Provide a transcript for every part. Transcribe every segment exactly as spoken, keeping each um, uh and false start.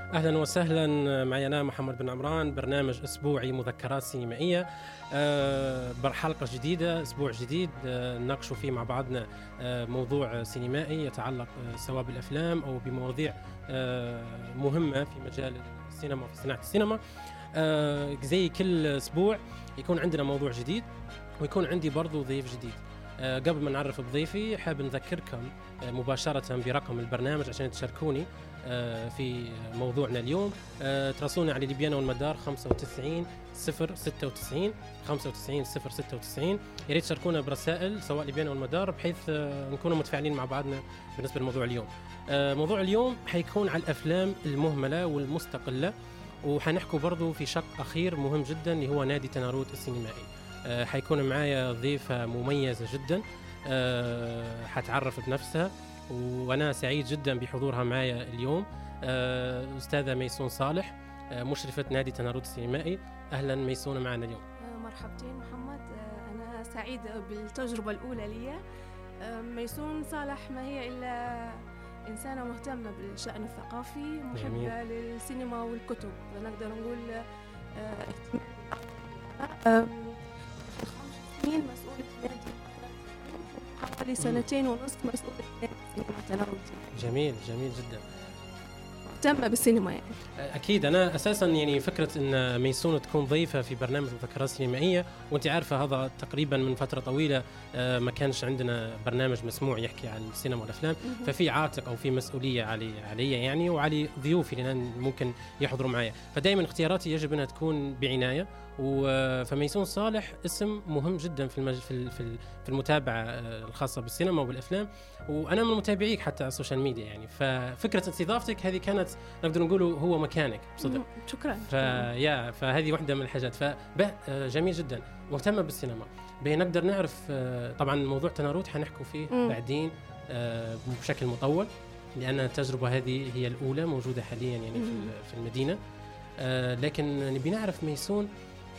أهلا وسهلا، معي أنا محمد بن عمران، برنامج أسبوعي مذكرات سينمائية. أه حلقة جديدة، أسبوع جديد أه نناقش فيه مع بعضنا أه موضوع سينمائي يتعلق أه سواء بالأفلام أو بمواضيع أه مهمة في مجال السينما وفي صناعة السينما. أه زي كل أسبوع يكون عندنا موضوع جديد ويكون عندي برضو ضيف جديد. أه قبل ما نعرف بضيفي حاب نذكركم أه مباشرة برقم البرنامج عشان تشاركوني في موضوعنا اليوم. تراسلونا على ليبيانا والمدار خمسة وتسعين صفر ستة وتسعين خمسة وتسعين صفر ستة وتسعين. يا ريت تشاركونا برسائل سواء ليبيانا والمدار بحيث نكونوا متفاعلين مع بعضنا بالنسبه لموضوع اليوم. موضوع اليوم حيكون على الافلام المهمله والمستقله، وحنحكوا برضو في شق اخير مهم جدا اللي هو نادي تناروت السينمائي. حيكون معايا ضيفه مميزه جدا حتعرف بنفسها، وأنا سعيد جدا بحضورها معايا اليوم. أستاذة ميسون صالح، مشرفة نادي تناروت السينمائي. أهلا ميسون معنا اليوم. مرحبتين محمد، أنا سعيدة بالتجربة الأولى لي. ميسون صالح ما هي إلا إنسانة مهتمة بالشأن الثقافي، محبة للسينما والكتب، نقدر نقول اهتمام. خمس سنين مسؤولة نادي، حوالي سنتين ونصف مسؤولة نادي السينما تناروت. جميل جميل جدا، مهتمة بالسينما يعني. أكيد. أنا أساساً يعني فكرة إن ميسون تكون ضيفة في برنامج مذكرات سينمائية، وأنت عارفة هذا تقريباً من فترة طويلة ما كانش عندنا برنامج مسموع يحكي عن السينما والأفلام، ففي عاتق أو في مسؤولية علي علي يعني وعلي ضيوفي اللي ممكن يحضروا معايا، فدائماً اختياراتي يجب أنها تكون بعناية. فميسون صالح اسم مهم جدا في المج... في في المتابعة الخاصة بالسينما وبالأفلام، وأنا من متابعيك حتى على السوشيال ميديا يعني، ففكرة استضافتك هذه كانت نقدر نقوله هو مكانك بصدق. شكرا. فيا فهذه واحدة من الحاجات. فبه جميل جدا، مهتمة بالسينما. بنقدر نعرف طبعا موضوع تناروت حنحكوا فيه م. بعدين بشكل مطول، لأن التجربة هذه هي الأولى موجودة حاليا يعني م. في المدينة. لكن نبي نعرف ميسون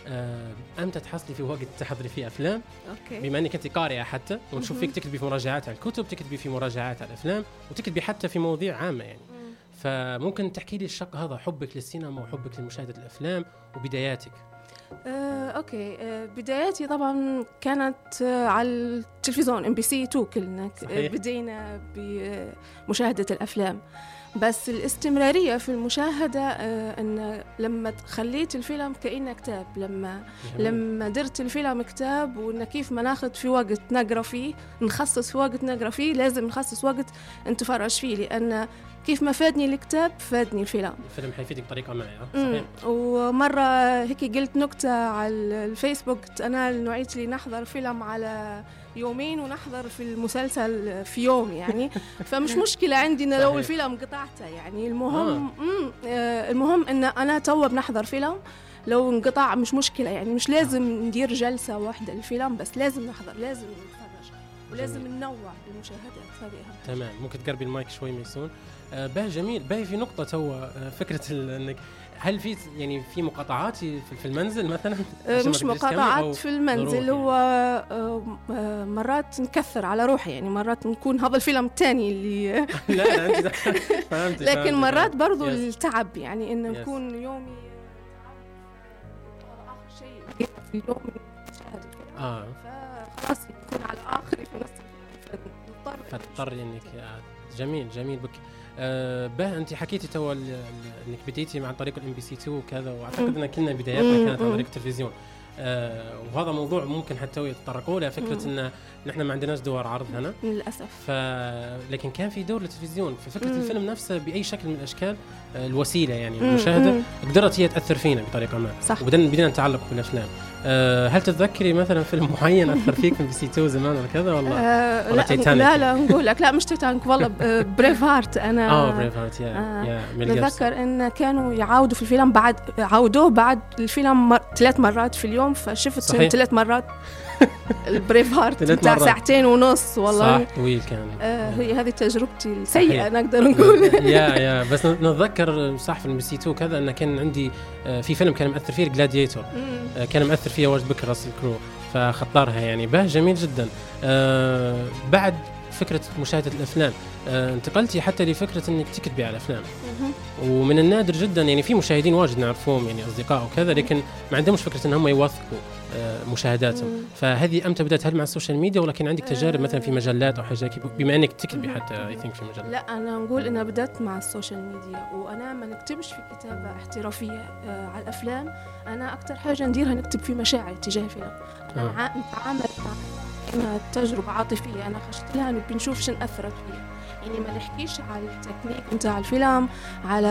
أمتى تحصلي في وقت تحضري فيه أفلام؟ أوكي. بما أنك أنت قارئة حتى، ونشوف فيك تكتبي في مراجعات على الكتب، تكتبي في مراجعات على الأفلام، وتكتبي حتى في مواضيع عامة يعني. مم. فممكن تحكي لي الشق هذا، حبك للسينما وحبك لمشاهدة الأفلام وبداياتك. آه، أوكي. آه، بداياتي طبعا كانت آه، على التلفزيون إم بي سي تو كلنا. آه، بدينا بمشاهدة الأفلام، بس الاستمرارية في المشاهدة آه أن لما خليت الفيلم كأنه كتاب، لما جميل. لما درت الفيلم كتاب، وأن كيف ما ناخد في وقت نقرأ فيه، نخصص في وقت نقرأ فيه، لازم نخصص وقت نتفرج فيه، لأن كيف ما فادني الكتاب فادني الفيلم. الفيلم حيفيدك بطريقة ما. صحيح. ومرة هيك قلت نكتة على الفيسبوك، أنا نوعية لي نحضر فيلم على يومين ونحضر في المسلسل في يوم يعني، فمش مشكلة عندنا لو الفيلم قطعته يعني. المهم آه. المهم إن أنا توا بنحضر فيلم لو انقطع مش مشكلة يعني، مش لازم ندير جلسة واحدة للفيلم، بس لازم نحضر، لازم نتفرج، ولازم ننوع المشاهدات هذه. تمام. ممكن تقربي المايك شوي ميسون؟ آه به جميل. به في نقطة توا آه فكرة انك هل في يعني في مقاطعات في المنزل مثلا؟ مش مقاطعات في المنزل، هو يعني. مرات نكثر على روحي يعني، مرات نكون هذا الفيلم الثاني اللي لا انت فهمت. لكن مرات برضو التعب يعني، ان نكون يومي اخر شيء في اليوم نشاهد الفيلم، اه فخلاص يكون على اخر في نص الفيلم فتضطر انك. جميل جميل بك. أه به انت حكيتي تو انك بديتي مع طريق الام بي سي تو وكذا، واعتقد ان كلنا بداياتنا كانت عن طريق التلفزيون. أه وهذا موضوع ممكن حتى يتطرقوا له، فكره ان نحن ما عندناش دور عرض هنا للاسف، ف لكن كان في دور للتلفزيون في فكره مم. الفيلم نفسه باي شكل من الاشكال. أه الوسيله يعني المشاهده قدرت هي تاثر فينا بطريقه ما، وبدنا بدينا نتعلق بالافلام. أه هل تتذكري مثلا فيلم معين اثر فيك في بي سي تو زمان ولا كذا ولا أه ولا تايتانيك؟ لا لا نقول لك لا مش تايتانيك والله. بريف هارت. انا اه بريف هارت. يا آه يا بتذكر ان كانوا يعاودوا في الفيلم، بعد عودوه بعد الفيلم مر... ثلاث مرات في اليوم، فشفت ثلاث مرات البريف هارت بتاع ساعتين ونص والله. صح طويل كان. آه هي هذه تجربتي السيئة نقدر نقول. يا يا بس نتذكر صح في الام بي سي تو كذا ان كان عندي آه في فيلم كان مؤثر فيه جلاديتور، آه كان مؤثر فيه واجد بكر راسل كرو، فخطرها يعني به جميل جدا. آه بعد فكره مشاهده الافلام، آه انتقلتي حتى لفكره انك تكتبي على الافلام. ومن النادر جدا يعني في مشاهدين واجد نعرفهم يعني اصدقاء وكذا، لكن ما عندهمش فكره ان هم يوثقوا آه مشاهداتهم. فهذه امتى بدات؟ هل مع السوشيال ميديا ولا كان عندك تجارب مثلا في مجلات او حاجه بما انك تكتبي حتى اي ثينك في مجلات؟ لا انا نقول انها بدات مع السوشيال ميديا، وانا ما نكتبش في كتابه احترافيه آه على الافلام. انا اكثر حاجه نديرها نكتب في مشاعر تجاه فيلم. انا نتعامل مع تجربه عاطفيه انا خشت لها، نبي نشوف شنو اثرت فيها. يعني ما نحكيش على التكنيك نتاع الفيلم، على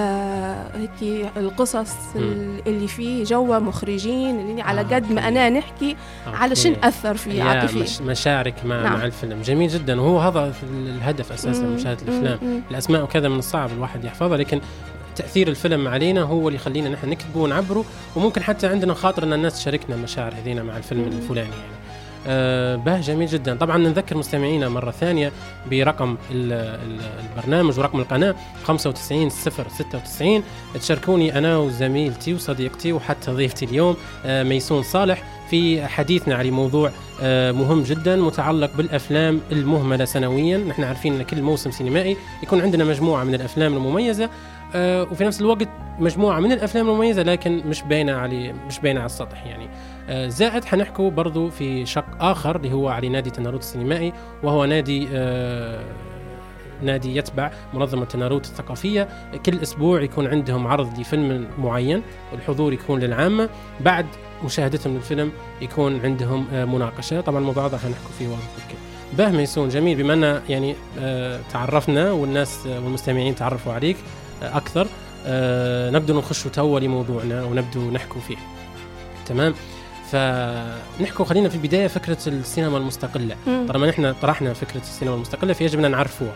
هيك القصص اللي فيه جوا مخرجين اللي على قد ما انا نحكي على شنو اثر فيه عاطفيا، مشاعرك مع نعم. مع الفيلم. جميل جدا، وهو هذا الهدف اساسا مشاهده الافلام. مم. الاسماء وكذا من الصعب الواحد يحفظها، لكن تأثير الفيلم علينا هو اللي يخلينا نحن نكتبه ونعبره، وممكن حتى عندنا خاطر ان الناس تشاركنا المشاعر هذينا مع الفيلم مم. الفلاني يعني. آه به جميل جدا. طبعا نذكر مستمعينا مرة ثانية برقم البرنامج ورقم القناة خمسة وتسعين صفر ستة وتسعين. تشاركوني أنا وزميلتي وصديقتي وحتى ضيفتي اليوم آه ميسون صالح في حديثنا على موضوع آه مهم جدا متعلق بالأفلام المهملة سنويا. نحن عارفين أن كل موسم سينمائي يكون عندنا مجموعة من الأفلام المميزة، آه وفي نفس الوقت مجموعة من الأفلام المميزة لكن مش باينة على مش باينة على السطح يعني. آه زائد حنحكوا برضو في شق آخر اللي هو على نادي تناروت السينمائي، وهو نادي آه نادي يتبع منظمة تناروت الثقافية. كل أسبوع يكون عندهم عرض لفيلم معين، والحضور يكون للعامة. بعد مشاهدتهم للفيلم يكون عندهم آه مناقشة. طبعا الموضوع هذا حنحكوا فيه واضح كده. به ميسون، جميل، بما أننا يعني آه تعرفنا والناس آه والمستمعين تعرفوا عليك آه أكثر، آه نبدأ نخش توا لموضوعنا ونبدأ نحكوا فيه. تمام، فنحكوا خلينا في البداية فكرة السينما المستقلة. طالما نحن طرحنا فكرة السينما المستقلة فيجب أن نعرفوها،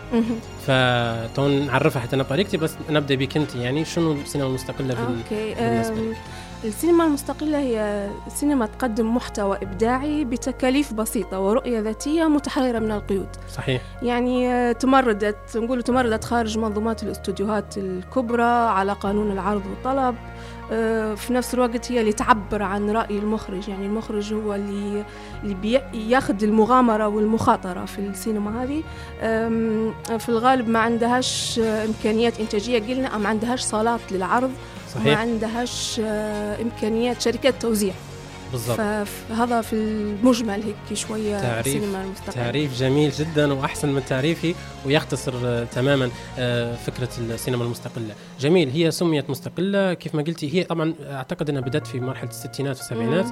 فتون نعرفها حتى أنا بطريقتي. بس نبدأ بك أنت، يعني شنو السينما المستقلة بالنسبة لك؟ السينما المستقلة هي سينما تقدم محتوى إبداعي بتكاليف بسيطة ورؤية ذاتية متحررة من القيود. صحيح. يعني تمردت نقول تمردت خارج منظومات الاستوديوهات الكبرى على قانون العرض والطلب. في نفس الوقت هي اللي تعبر عن رأي المخرج، يعني المخرج هو اللي اللي بياخذ المغامرة والمخاطرة في السينما هذه. في الغالب ما عندهاش إمكانيات إنتاجية قلنا، أو ما عندهاش صالات للعرض. صحيح. ما عندهاش إمكانيات شركات توزيع بالضبط. فهذا في المجمل هيك شوية تعريف السينما المستقلة. تعريف جميل جدا وأحسن من تعريفي ويختصر تماما فكرة السينما المستقلة. جميل، هي سميت مستقلة كيف ما قلتي. هي طبعا أعتقد أنها بدأت في مرحلة الستينات والسبعينات،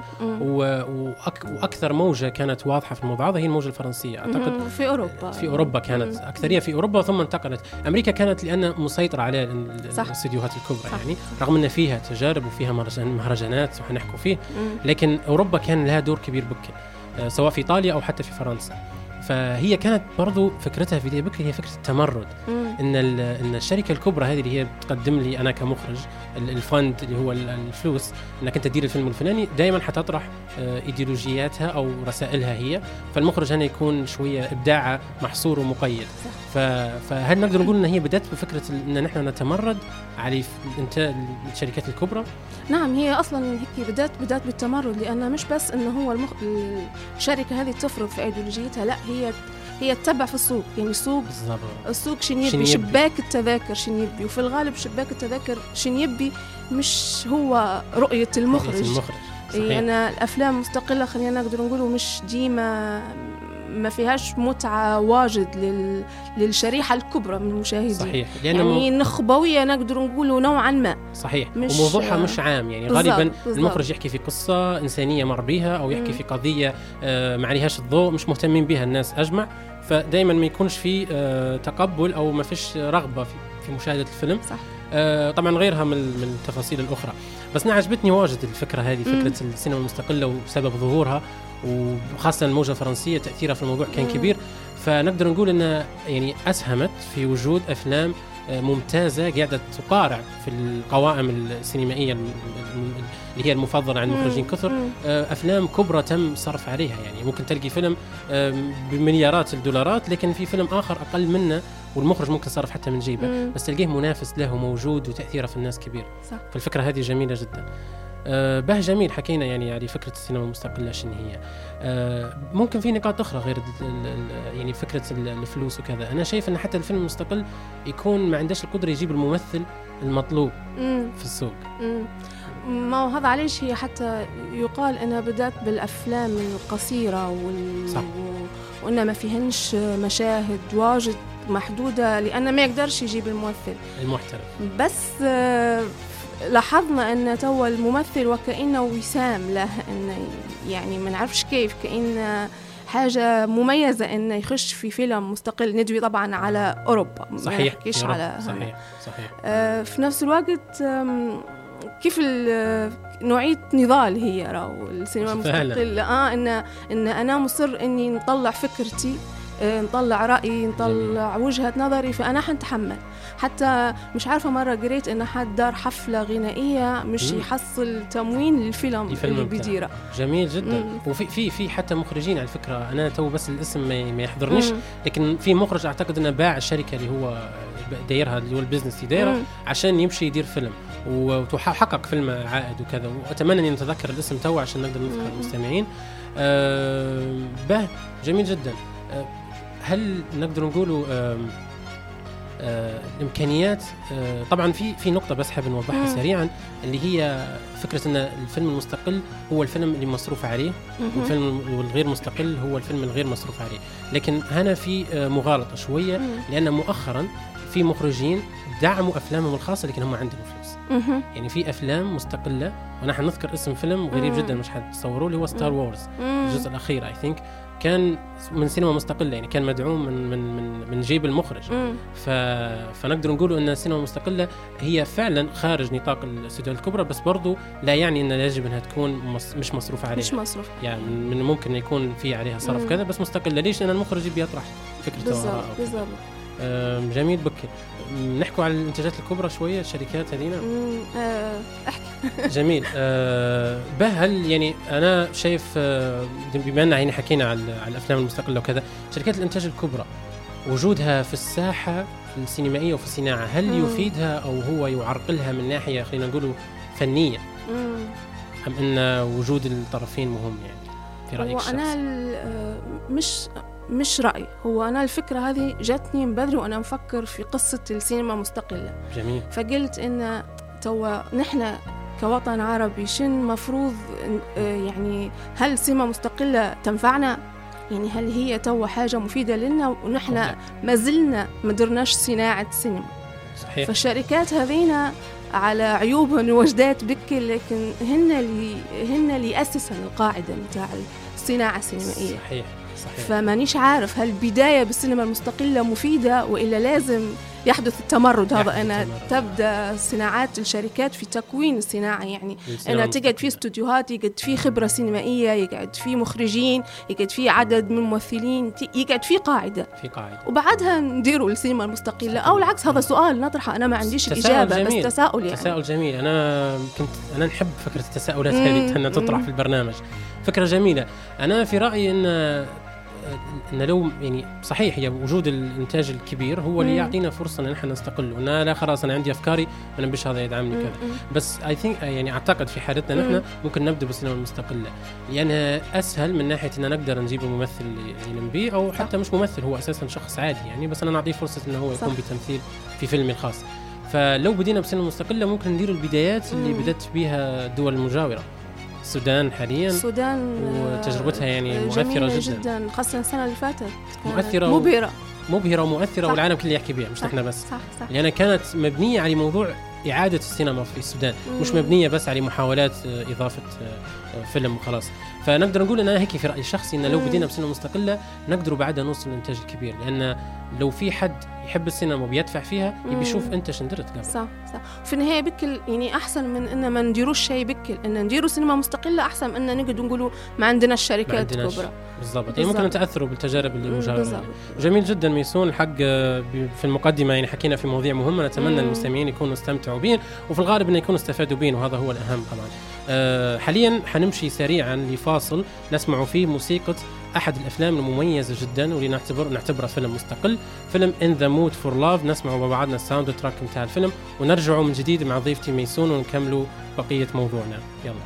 وأكثر موجة كانت واضحة في الموضوع هذا هي الموجة الفرنسية. أعتقد في أوروبا في أوروبا كانت مم. أكثرية في أوروبا، ثم انتقلت أمريكا. كانت لأن مسيطرة على الاستديوهات الكبرى صح. يعني رغم أن فيها تجارب وفيها مهرجانات وحنحكوا فيه، مم. لكن أوروبا كان لها دور كبير بكل، سواء في إيطاليا أو حتى في فرنسا. فهي كانت برضو فكرتها في بداية بكري هي فكرة التمرد. مم. إن إن الشركة الكبرى هذه اللي هي بتقدم لي أنا كمخرج الفند اللي هو الفلوس إنك أنت تدير الفيلم الفلاني، دائما حتطرح إيديولوجياتها أو رسائلها هي. فالمخرج هنا يكون شوية إبداعه محصور ومقيد. فهل نقدر نقول إن هي بدأت بفكرة إن نحن نتمرد على إنتاج الشركات الكبرى؟ نعم، هي أصلا هيك بدأت بدأت بالتمرد، لأنه مش بس إنه هو المخ... الشركة هذه تفرض في أيديولوجيتها، لا هي هي تتبع في السوق. يعني السوق بالضبط. السوق شنيبي شباك التذاكر شنيبي، وفي الغالب شباك التذاكر شنيبي مش هو رؤية المخرج, رؤية المخرج. يعني أنا الأفلام مستقلة خلينا نقدر نقوله مش ديما ما فيهاش متعة واجد لل... للشريحة الكبرى من المشاهدين. صحيح. يعني م... نخبوية نقدر نقوله نوعا ما. صحيح. مش وموضوعها مش عام، يعني بالزبط. غالبا بالزبط. المخرج يحكي في قصة إنسانية مر بها، أو يحكي م. في قضية آه ما عليهاش الضوء، مش مهتمين بها الناس أجمع. فدايما ما يكونش في آه تقبل أو ما فيش رغبة في, في مشاهدة الفيلم. صح. آه طبعا غيرها من من التفاصيل الأخرى. بس أنا عجبتني واجد الفكرة هذه، فكرة م. السينما المستقلة وسبب ظهورها، وخاصة الموجة الفرنسية تأثيرها في الموضوع كان كبير. فنقدر نقول أنها يعني أسهمت في وجود أفلام ممتازة قاعدة تقارع في القوائم السينمائية اللي هي المفضلة عند مخرجين كثر. أفلام كبرى تم صرف عليها، يعني ممكن تلقي فيلم بمليارات الدولارات لكن في فيلم آخر أقل منه والمخرج ممكن صرف حتى من جيبه، بس تلقيه منافس له موجود وتأثيره في الناس كبير. صح. فالفكرة هذه جميلة جدا. أه به جميل حكينا يعني على فكرة السينما المستقلة شنو هي. أه ممكن في نقاط أخرى غير يعني فكرة الفلوس وكذا. أنا شايف أن حتى الفيلم المستقل يكون ما عندهش القدرة يجيب الممثل المطلوب مم. في السوق. مم. ما هو هذا عليش هي حتى يقال أنها بدأت بالأفلام القصيرة وال... صح. و... وأنها ما فيهنش مشاهد واجد محدودة لأن ما يقدرش يجيب الممثل المحترف. بس لاحظنا أن توا الممثل وكأنه وسام له أنه يعني ما نعرفش كيف كأنه حاجة مميزة أنه يخش في فيلم مستقل. ندوي طبعا على أوروبا صحيح ما نحكيش على صحيح صحيح. آه في نفس الوقت كيف نوعية نضال هي راهو السينما المستقلة آه إن إن أنا مصر إني نطلع فكرتي، نطلع رأيي، نطلع جميل. وجهة نظري، فأنا حنتحمل. حتى مش عارفة مرة قريت إن حد دار حفلة غنائية مش مم. يحصل تموين للفيلم اللي بيديره. جميل جدا. مم. وفي في في حتى مخرجين على فكرة، أنا تو بس الاسم ما يحضرنيش، لكن في مخرج أعتقد إنه باع الشركة اللي هو دايرها اللي هو البيزنس يديره عشان يمشي يدير فيلم وحقق فيلم عائد وكذا. وأتمنى أني نتذكر الاسم تو عشان نقدر نذكر المستمعين. أه به جميل جدا. أه هل نقدر نقوله أه أه الإمكانيات؟ أه طبعا في في نقطة بس حاب نوضحها سريعا، اللي هي فكرة أن الفيلم المستقل هو الفيلم اللي مصروف عليه، والفيلم الغير مستقل هو الفيلم الغير مصروف عليه. لكن هنا في مغالطة شوية، لأن مؤخرا في مخرجين دعموا أفلامهم الخاصة لكن هم عندهم فلوس. يعني في أفلام مستقلة، ونحن نذكر اسم فيلم غريب جدا مش حتصوروه، اللي هو ستار وورز الجزء الأخير I think كان من سينما مستقلة، يعني كان مدعوم من من من, من جيب المخرج. ف... فنقدر نقول أن السينما المستقلة هي فعلا خارج نطاق الاستوديوهات الكبرى، بس برضو لا يعني أن يجب أنها تكون مص... مش مصروف عليها. مش مصروف. يعني من ممكن يكون في عليها صرف كذا، بس مستقلة. ليش؟ لأن المخرج بيطرح فكرته. بالضبط بالضبط. جميل. بكي نحكوا على الانتاجات الكبرى شويه، الشركات هذينا. أه احكي. جميل. أه به هل يعني انا شايف أه بما ان يعني حكينا على على الافلام المستقله وكذا، شركات الانتاج الكبرى وجودها في الساحه السينمائيه وفي الصناعه، هل مم. يفيدها او هو يعرقلها من ناحيه خلينا نقول فنيه، مم. ام ان وجود الطرفين مهم يعني في رايك الشخصي؟ انا مش مش رأي، هو أنا الفكرة هذه جاتني من بدري وأنا مفكر في قصة السينما مستقلة. جميل. فقلت إن توا نحن كوطن عربي شن مفروض يعني، هل السينما مستقلة تنفعنا؟ يعني هل هي توا حاجة مفيدة لنا ونحن ما زلنا ما درناش صناعة سينما؟ صحيح. فالشركات هذينا على عيوبهن ووجدات بك، لكن هن اللي هن اللي أسسن القاعدة متاع الصناعة السينمائية. صحيح. صحيح. فمانيش عارف هل البداية بالسينما المستقلة مفيدة وإلا لازم يحدث التمرد هذا، أنا تبدأ صناعات الشركات في تكوين الصناعة، يعني أنا تقعد في استوديوهات، يقعد في خبرة سينمائية، يقعد في مخرجين، يقعد في عدد من الممثلين، يقعد في قاعدة في قاعدة وبعدها نديروا السينما المستقلة. أو العكس، هذا سؤال نطرحه، أنا ما عنديش الإجابة جميل. بس تساؤل يعني. تساؤل جميل. أنا كنت أنا نحب فكرة التساؤلات هذه أنها تطرح في البرنامج، فكرة جميلة. أنا في رأيي أن إن لو يعني صحيح هي وجود الإنتاج الكبير هو اللي يعطينا فرصة إن نحن نستقل، وأنا لا خلاص أنا عندي أفكاري ما نبيش هذا يدعمني كذا. بس I think يعني أعتقد في حالتنا نحن ممكن نبدأ بالسينما المستقلة، لأنها أسهل من ناحية إن نقدر نجيب ممثل اللي نبيه، أو حتى مش ممثل، هو أساسا شخص عادي يعني، بس أنا نعطيه فرصة إنه هو يقوم بتمثيل في فيلمي الخاص. فلو بدينا بالسينما المستقلة ممكن ندير البدايات اللي بدأت بها الدول المجاورة. السودان حاليا السودان وتجربتها يعني مؤثرة جدا جدا، خاصة السنة اللي فاتت مؤثرة مبهرة مبهرة ومؤثرة، والعالم كله يحكي بها مش نحن بس. صح صح. لأنها كانت مبنية على موضوع إعادة السينما في السودان، مم. مش مبنية بس على محاولات إضافة فيلم وخلاص. فنقدر نقول أن أنا هيك في رأيي الشخصي إن لو بدينا بسينما مستقلة نقدر بعدها نوصل للإنتاج الكبير، لأن لو في حد يحب السينما وبيدفع فيها يبي يشوف أنت شندرت قبل. صح صح. في النهاية بكل يعني أحسن من إن ما نديروش شيء بكل، إن نديروا سينما مستقلة أحسن من إن نقعد نقولوا ما عندنا الشركات كبرى. بالضبط. يعني ممكن نتأثروا بالتجارب اللي مجاورة. جميل جدا ميسون. الحق في المقدمة يعني حكينا في مواضيع مهمة، نتمنى المستمعين يكونوا استمتعوا بين، وفي الغالب إن يكونوا استفادوا بين، وهذا هو الأهم طبعا. أه حاليا حنمشي سريعا لفاصل نسمع فيه موسيقى أحد الأفلام المميزة جدا واللي نعتبر نعتبره فيلم مستقل، فيلم In the Mood for Love. نسمعوا مع بعضنا الساوند تراك متاع الفيلم ونرجعوا من جديد مع ضيفتي ميسون ونكملوا بقية موضوعنا. يلا.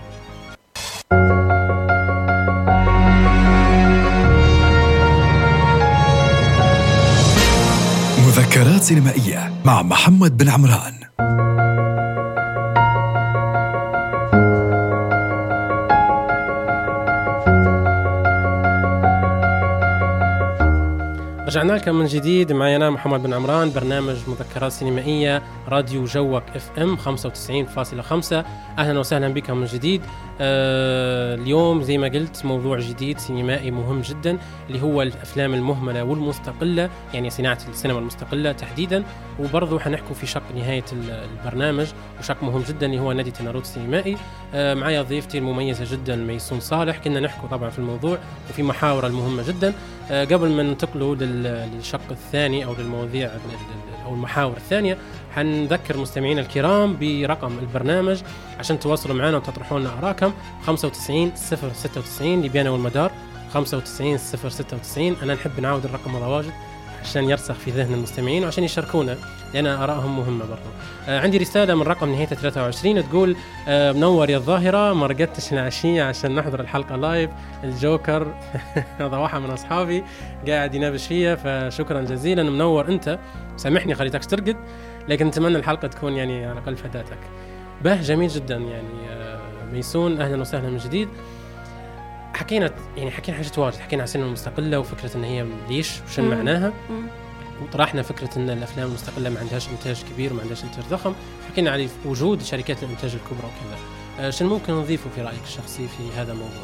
مذكرات سينمائية مع محمد بن عمران. رجعنا لكم من جديد، معي أنا محمد بن عمران، برنامج مذكرات سينمائية راديو جوك اف ام خمسة وتسعين فاصلة خمسة. أهلا وسهلا بكم من جديد. آه اليوم زي ما قلت موضوع جديد سينمائي مهم جدا، اللي هو الأفلام المهملة والمستقلة، يعني صناعة السينما المستقلة تحديدا. وبرضو حنحكوا في شق نهاية البرنامج وشق مهم جدا اللي هو نادي تناروت السينمائي. آه معي ضيفتي المميزة جدا ميسون صالح. كنا نحكوا طبعا في الموضوع وفي محاور المهمة جدا. آه قبل ما ننتقلوا للشق الثاني أو للمواضيع أو المحاور الثانية، حنذكر مستمعينا الكرام برقم البرنامج عشان تواصلوا معنا وتطرحوا لنا آراءكم. خمسة وتسعين صفر ستة وتسعين لبيانا والمدار، خمسة وتسعين صفر ستة وتسعين. أنا نحب نعاود الرقم هذا واجد عشان يرسخ في ذهن المستمعين وعشان يشاركونا لأن آرائهم مهمة برضو. آه عندي رسالة من رقم نهاية ثلاثة وعشرين تقول آه منور يا الظاهرة، ما رقدتش العشية عشان نحضر الحلقة لايف. الجوكر هذا واحد من أصحابي قاعد ينابش فيها، فشكرا جزيلا. منور أنت، سامحني خليتكش ترقد، لكن نتمنى الحلقة تكون يعني على الأقل فداتك. به جميل جدا يعني. آه ميسون أهلا وسهلا من جديد. حكينا يعني حكينا حاجات واجد، حكينا عن السينما المستقلة وفكرة إن هي ليش وشن معناها، وطرحنا فكرة إن الأفلام المستقلة ما عندهاش إنتاج كبير وما عندهاش إنتاج ضخم. حكينا على وجود شركات الإنتاج الكبرى وكذا. آه شن ممكن نضيفه في رأيك الشخصي في هذا الموضوع؟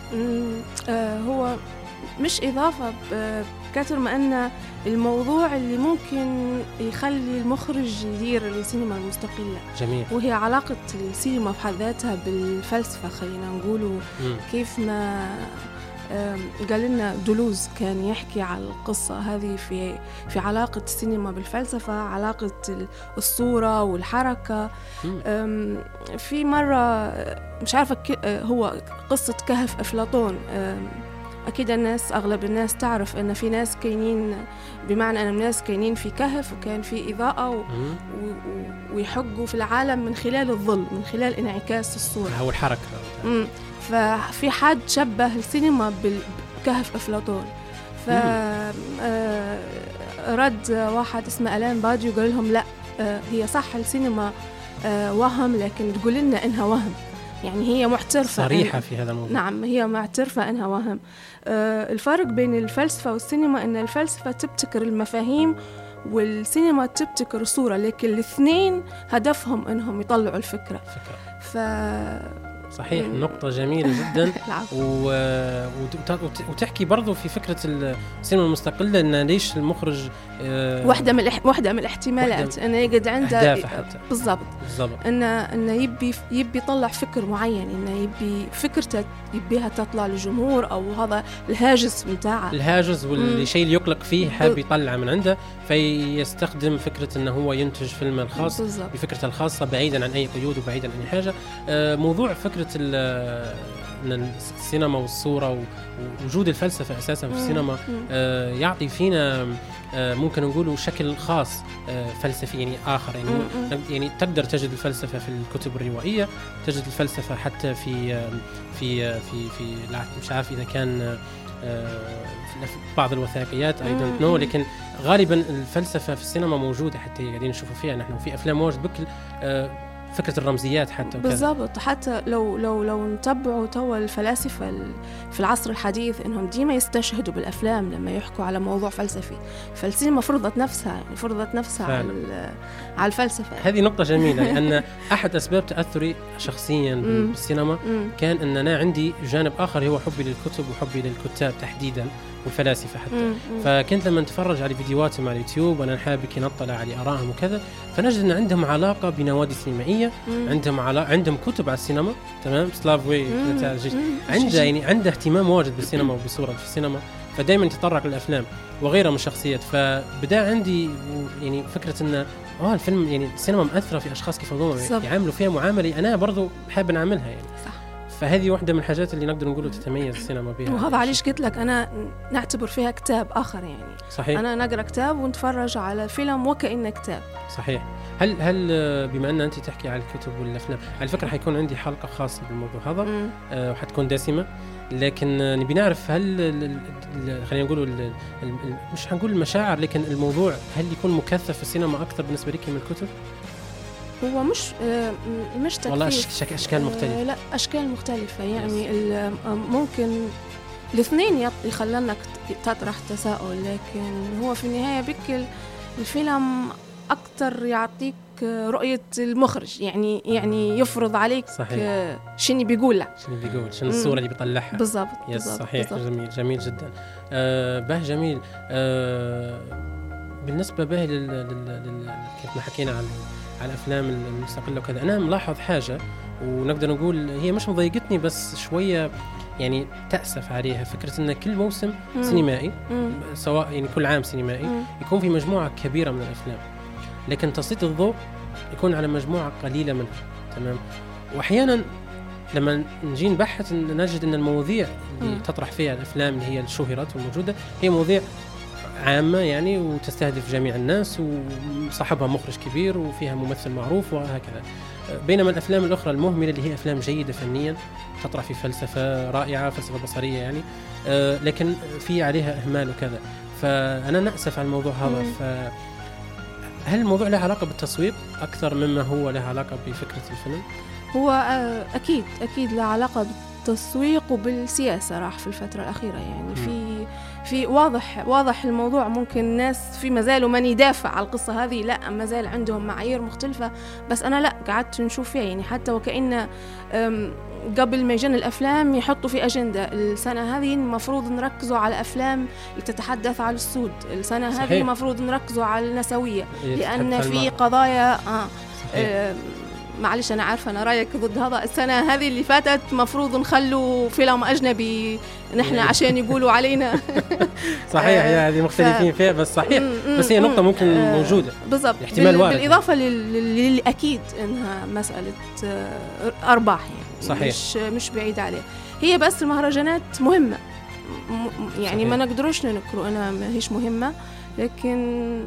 آه هو مش إضافة بكثر ما أن الموضوع اللي ممكن يخلي المخرج يدير السينما المستقلة. جميل. وهي علاقة السينما بحد ذاتها بالفلسفة، خلينا نقوله. كيف ما قال لنا دولوز كان يحكي على القصة هذه في في علاقة السينما بالفلسفة، علاقة الصورة والحركة. في مرة مش عارفة هو قصة كهف أفلاطون. أكيد الناس أغلب الناس تعرف أن في ناس كاينين، بمعنى أن الناس كاينين في كهف وكان في إضاءة و... و... ويحقوا في العالم من خلال الظل، من خلال انعكاس الصورة أو الحركة. مم. ففي حد شبه السينما بكهف أفلاطون. فرد واحد اسمه ألان باديو وقال لهم لا، هي صح السينما وهم، لكن تقول لنا إنها وهم. يعني هي معترفة صريحة في هذا الموضوع. نعم، هي معترفة أنها وهم. آه الفرق بين الفلسفة والسينما أن الفلسفة تبتكر المفاهيم والسينما تبتكر الصورة، لكن الاثنين هدفهم أنهم يطلعوا الفكرة. فكرة. ف... صحيح، نقطة جميلة جدا. و... وتحكي برضو في فكرة السينما المستقلة إن ليش المخرج آه واحدة من الح... واحدة من الاحتمالات أنه يقعد عنده بالضبط بالضبط أنه أنه يبي يبي يطلع فكر معين، أنه يبي فكرته يبيها تطلع للجمهور، أو هذا الهاجس متاعه، الهاجس والشيء اللي يقلق فيه حاب يطلع من عنده، فيستخدم فكرة أنه هو ينتج فيلم الخاص بالزبط. بفكرته الخاصة بعيدا عن أي قيود وبعيدا عن أي حاجة. آه موضوع فكرة أن السينما والصورة ووجود الفلسفة أساسا في السينما آه يعطي فينا آه ممكن نقوله شكل خاص آه فلسفي يعني آخر. يعني, يعني تقدر تجد الفلسفة في الكتب الروائية، تجد الفلسفة حتى في آه في آه في في مش عارف إذا كان آه في بعض الوثائقيات أيضا نو، لكن غالبا الفلسفة في السينما موجودة حتى قاعدين نشوفوا فيها نحن في أفلام واجد بكل آه فكرة الرمزيات حتى بالضبط. حتى لو لو لو نتبعوا توا الفلاسفة في العصر الحديث إنهم ديما يستشهدوا بالأفلام لما يحكوا على موضوع فلسفي، فالسينما فرضت نفسها يعني فرضت نفسها على على الفلسفة. هذه نقطة جميلة لأن أحد أسباب تأثري شخصيا بالسينما كان أن أنا عندي جانب آخر هو حبي للكتب وحبي للكتاب تحديدا والفلاسفة حتى. مم. فكنت لما نتفرج على فيديوهاتهم على اليوتيوب وأنا حابب نطلع على آرائهم وكذا، فنجد أن عندهم علاقة بنوادي سينمائية، مم. عندهم علاقة عندهم كتب على السينما، تمام، سلافوي عنده يعني عنده اهتمام واجد بالسينما وبصورة في السينما، فدائما تطرق للأفلام وغيرها من الشخصيات. فبدأ عندي يعني فكرة أن آه الفيلم يعني السينما مأثرة في أشخاص كيف هذول يعاملوا فيها معاملة أنا برضو حابب نعملها يعني. صح. فهذه واحدة من الحاجات اللي نقدر نقوله تتميز السينما بها. وهذا علاش قلت لك أنا نعتبر فيها كتاب آخر يعني. صحيح. أنا نقرأ كتاب ونتفرج على فيلم وكأنه كتاب. صحيح. هل هل بما أن أنت تحكي على الكتب والأفلام، على فكرة حيكون عندي حلقة خاصة بالموضوع هذا أه وحتكون دسمة، لكن نبي نعرف هل خلينا نقول مش هنقول المشاعر، لكن الموضوع هل يكون مكثف في السينما أكثر بالنسبة لك من الكتب؟ هو مش آه مش تكثيف والله أشك أشكال مختلفة. آه لا أشكال مختلفة يعني ممكن الاثنين يخلنك تطرح تساؤل، لكن هو في النهاية بكل الفيلم أكتر يعطيك رؤية المخرج، يعني يعني يفرض عليك شنو بيقول لك، شنو بيقول، شنو الصورة اللي بيطلعها بالضبط. يس صحيح. بالزبط. جميل جميل جدا. آه به جميل. آه بالنسبة به لل, لل... كيف ما حكينا عن على الأفلام المستقلة وكذا، أنا ملاحظ حاجة ونقدر نقول هي مش مضايقتني بس شوية يعني تأسف عليها، فكرة أن كل موسم مم. سينمائي مم. سواء يعني كل عام سينمائي مم. يكون في مجموعة كبيرة من الأفلام، لكن تسليط الضوء يكون على مجموعة قليلة منها. تمام. وأحيانا لما نجي نبحث نجد أن المواضيع اللي مم. تطرح فيها الأفلام اللي هي الشهرات والموجودة هي مواضيع عامة يعني وتستهدف جميع الناس وصاحبها مخرج كبير وفيها ممثل معروف وهكذا، بينما الأفلام الأخرى المهملة اللي هي أفلام جيدة فنيا تطرح في فلسفة رائعة، فلسفة بصرية يعني، آه لكن في عليها إهمال وكذا. فأنا نأسف على الموضوع هذا. فهل الموضوع له علاقة بالتسويق أكثر مما هو له علاقة بفكرة الفيلم؟ هو أكيد أكيد له علاقة بالتسويق وبالسياسة راح في الفترة الأخيرة يعني. م. في في واضح واضح الموضوع، ممكن الناس في مازالوا من يدافع على القصة هذه، لا مازال عندهم معايير مختلفة، بس أنا لا قعدت نشوف فيها يعني حتى وكأن قبل ما يجن الأفلام يحطوا في أجندة السنة هذه المفروض نركزوا على أفلام تتحدث على السود، السنة صحيح. هذه المفروض نركزوا على النسوية لأن في قضايا آه آه معلش أنا عارفة أنا رأيك ضد هذا، السنة هذه اللي فاتت مفروض نخلوا فيلم أجنبي نحن عشان يقولوا علينا صحيح هذه مختلفين فيها بس صحيح، بس هي نقطة ممكن موجودة بالضبط احتمال وارد، بالإضافة للي أكيد إنها مسألة أرباح يعني صحيح. مش مش بعيد عليه، هي بس المهرجانات مهمة يعني صحيح. ما نقدروش ننكروا أنا ما هيش مهمة، لكن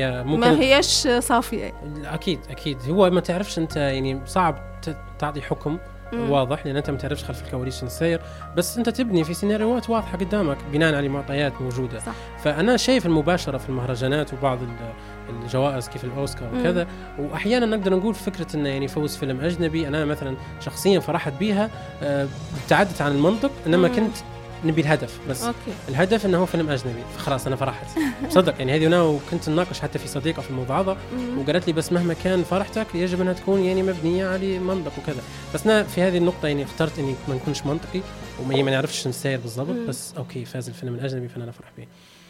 ما هيش صافية. أكيد أكيد هو ما تعرفش أنت يعني صعب تعطي حكم مم. واضح لأن أنت ما تعرفش خلف الكواليس السير، بس أنت تبني في سيناريوهات واضحة قدامك بناء على معطيات موجودة صح. فأنا شايف المباشرة في المهرجانات وبعض الجوائز كيف الأوسكار وكذا، وأحيانا نقدر نقول فكرة أنه يعني فوز فيلم أجنبي أنا مثلا شخصيا فرحت بيها ابتعدت عن المنطق، إنما مم. كنت نبي الهدف بس أوكي. الهدف انه هو فيلم اجنبي فخلاص انا فرحت صدق يعني. هذه انا وكنت نناقش حتى في صديقه في الموضوع هذا وقالت لي بس مهما كان فرحتك يجب انها تكون يعني مبنيه على منطق وكذا، بس انا في هذه النقطه يعني اخترت اني ما نكونش منطقي وما ما نعرفش نسير بالضبط، بس اوكي فاز الفيلم الاجنبي فانا افرح به.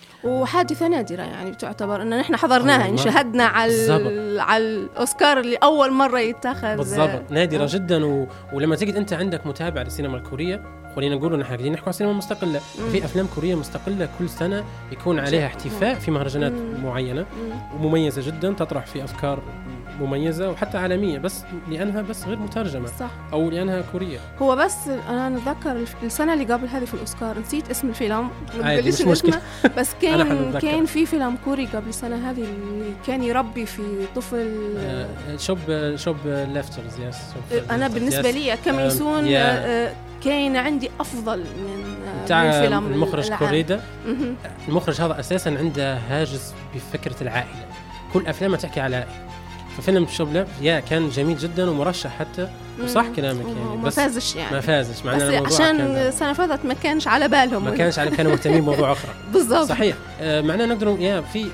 وحادثة نادرة يعني بتعتبر ان نحن حضرناها ان شاهدنا على على الاوسكار اللي اول مرة يتاخذ بالضبط، نادرة أوه. جدا و... ولما تجد انت عندك متابع للسينما الكورية، خلينا نقول نحن قاعدين نحكي عن السينما المستقلة، في افلام كورية مستقلة كل سنة يكون عليها احتفاء في مهرجانات مم. معينة مم. ومميزة جدا تطرح في افكار مميزة وحتى عالمية بس لأنها بس غير مترجمة صح. أو لأنها كورية. هو بس أنا نتذكر السنة اللي قبل هذه في الأوسكار نسيت اسم الفيلم مش مشكلة بس كان كان في فيلم كوري قبل السنة هذه اللي كان يربي في طفل آه شوب شوب لافترز يس أنا بالنسبة لي كميسون آه كان عندي أفضل من الفيلم المخرج كوريدا. المخرج هذا أساسا عنده هاجس بفكرة العائلة، كل أفلامه تحكي على عائلة، ففيلم شوبلا يا كان جميل جدا ومرشح حتى وصح كلامك يعني بس ما فازش يعني ما فازش معنا الموضوع عشان السنة فاتت ما كانش على بالهم ما كانش على كانوا مهتمين بموضوع أخرى بالضبط صحيح. آه معنا نقدر يا في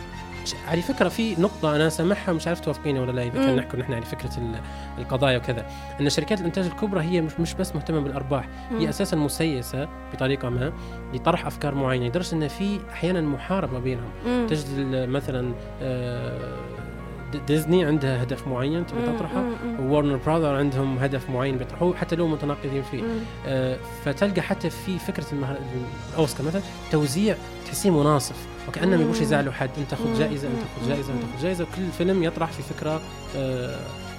على فكرة في نقطة أنا سامحها مش عارف توافقيني ولا لا إذا كان نحكي نحن على فكرة القضايا وكذا، أن شركات الإنتاج الكبرى هي مش مش بس مهتمة بالأرباح، مم. هي أساسا مسيسة بطريقة ما لطرح أفكار معينة، لدرجة أن في أحيانا محاربة بينهم. مم. تجد مثلا آه ديزني عندها هدف معين تبي تطرحه وورنر براذر عندهم هدف معين بيطرحوه حتى لو متناقضين فيه. آه فتلقى حتى في فكرة المهر... الأوسكار مثلا توزيع تحسيه مناصف وكأنهم يبوش يزعلوا حد، انت خذ جائزة انت خذ جائزة انت خذ جائزة، كل فيلم يطرح في فكرة آه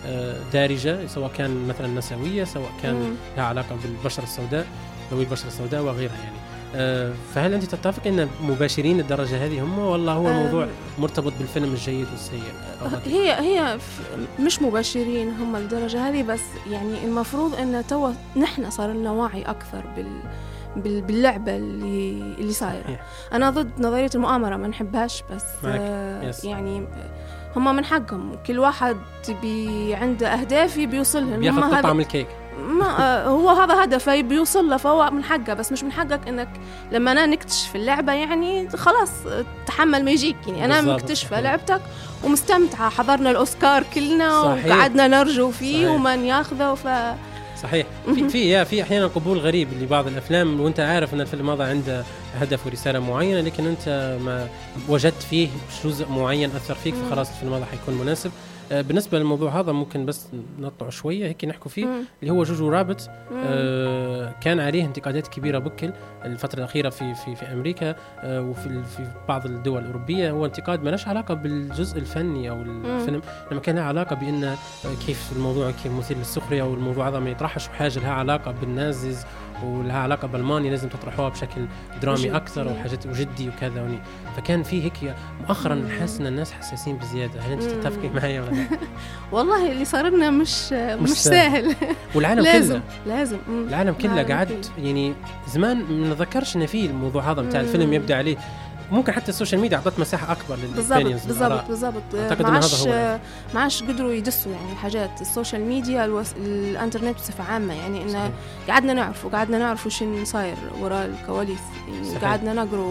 دارجة، سواء كان مثلا نسوية، سواء كان لها علاقة بالبشرة السوداء، ذوي البشرة السوداء وغيرها يعني. فهل أنت تتفق أن مباشرين الدرجة هذه هم، ولا هو الموضوع مرتبط بالفيلم الجيد والسيء؟ هي هي مش مباشرين هم الدرجة هذه، بس يعني المفروض أن تو نحن صار لنا وعي أكثر بال باللعبة اللي اللي صايرة. أنا ضد نظرية المؤامرة، ما نحبهاش، بس آه يعني هم من حقهم كل واحد بي عنده أهداف بيوصلهم، بياخذ قطعة من الكيك، ما هو هذا هدفه بيوصل له، فهو من حقه. بس مش من حقك انك لما انا نكتشف اللعبه يعني خلاص تحمل ما يجيك. يعني انا مكتشفه لعبتك ومستمتعه، حضرنا الاوسكار كلنا وقعدنا نرجو فيه صحيح. ومن ياخذه ف صحيح. في في يا في احيانا قبول غريب لبعض الافلام وانت عارف ان الفيلم هذا عنده هدف ورساله معينه، لكن انت ما وجدت فيه جزء معين اثر فيك، فخلاص الفيلم هذا حيكون مناسب. بالنسبة للموضوع هذا ممكن بس نطلع شوية هيك نحكوا فيه، مم. اللي هو جوجو رابت. آه كان عليه انتقادات كبيرة بكل الفترة الأخيرة في في في أمريكا آه وفي في بعض الدول الأوروبية. هو انتقاد ما له علاقة بالجزء الفني أو الفيلم، لما كان له علاقة بأن كيف الموضوع كيف مثير للسخرية، والموضوع هذا ما يطرحش بحاجة لها علاقة بالنازز ولها علاقة بالماني، لازم تطرحوها بشكل درامي أكثر وحاجات وجدي وكذا وني. فكان فيه هيك مؤخرا حاسس ان الناس حساسين بزياده. هل انت تتفقي معي ولا لا؟ والله اللي صار لنا مش مش سهل. والعالم لازم كله لازم العالم كله قاعد يعني زمان ما نذكرش ان في الموضوع هذا بتاع الفيلم يبدا عليه. ممكن حتى السوشيال ميديا اعطت مساحه اكبر للبينيز. بالضبط بالضبط بالضبط. معاش معاش قدروا يدسوا يعني الحاجات السوشيال ميديا الوس... الانترنت بصفه عامه، يعني انه قعدنا نعرف وقعدنا نعرف وش صاير وراء الكواليس، يعني قعدنا نقرأ،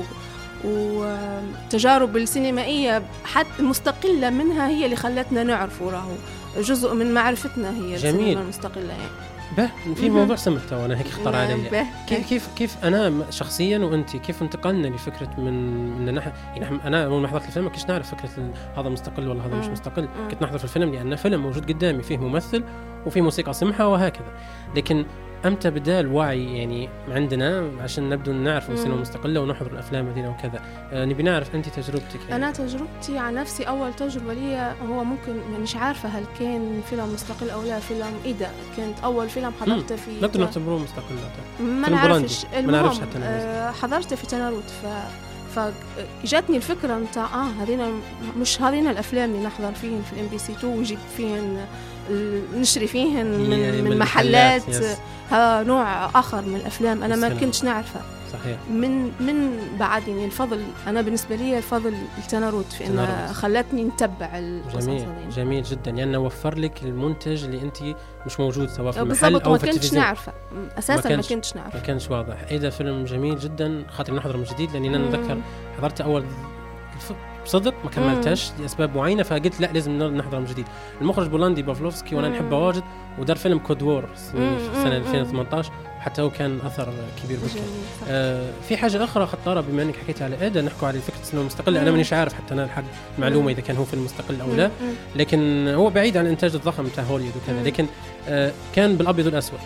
وتجارب السينمائية حتى مستقلة منها هي اللي خلتنا نعرف وراه جزء من معرفتنا هي السينما المستقلة يعني. به في موضوع سمعته وانا هيك اخطر علي، كيف كيف كيف انا شخصيا وانت كيف انتقلنا لفكره من ان نحن يعني انا اول ما حضرت الفيلم ما كنتش نعرف فكره هذا مستقل ولا هذا مش مستقل. كنت نحضر في الفيلم لان فيلم موجود قدامي فيه ممثل وفيه موسيقى سمحه وهكذا. لكن امتى بدا الوعي يعني عندنا عشان نبدو نعرف السينما المستقله ونحضر الافلام هذينا وكذا؟ آه نبي نعرف انت تجربتك. يعني انا تجربتي عن نفسي، اول تجربه لي هو ممكن مش عارفه هل كان فيلم مستقل او لا، فيلم ايدا كانت اول فيلم حضرته في نقدر نعتبروه مستقل ما نعرفش ما نعرفش حتى آه حضرته في تناروت. ف فجاتني الفكره نتاع اه هذينا مش هذينا الافلام اللي نحضر فيهن في الام بي سي تو ويجيب فيهن نشري فيهن من, من محلات ها نوع آخر من الأفلام أنا ما كنتش نعرفه. صحيح. من من بعد يعني الفضل أنا بالنسبة لي الفضل التناروت في إنها خلتني نتبع القصص. جميل جميل جدا، لأنه يعني وفر لك المنتج اللي أنت مش موجود سواء في المحل أو في التلفزيون. ما كنتش نعرفه أساسا، ما, ما كنتش نعرفه، ما كانش واضح. إذا فيلم جميل جدا خاطر نحضر من جديد، لأني أنا نتذكر حضرت أول صدق ما كملتش لأسباب معينة، فقلت لا لازم نحضر من جديد. المخرج بولندي بافلوفسكي وانا نحبه واجد، ودار فيلم كود وور سنة ألفين وثمانية عشر، وحتى هو كان أثر كبير بك. آه في حاجة أخرى خطارة بما أنك حكيت على إيدا، نحكوا على فكرة السينما المستقلة. أنا مانيش عارف حتى أنا الحق معلومة إذا كان هو فيلم مستقل أو لا، لكن هو بعيد عن الإنتاج الضخم بتاع هوليوود وكذا، لكن آه كان بالأبيض والأسود.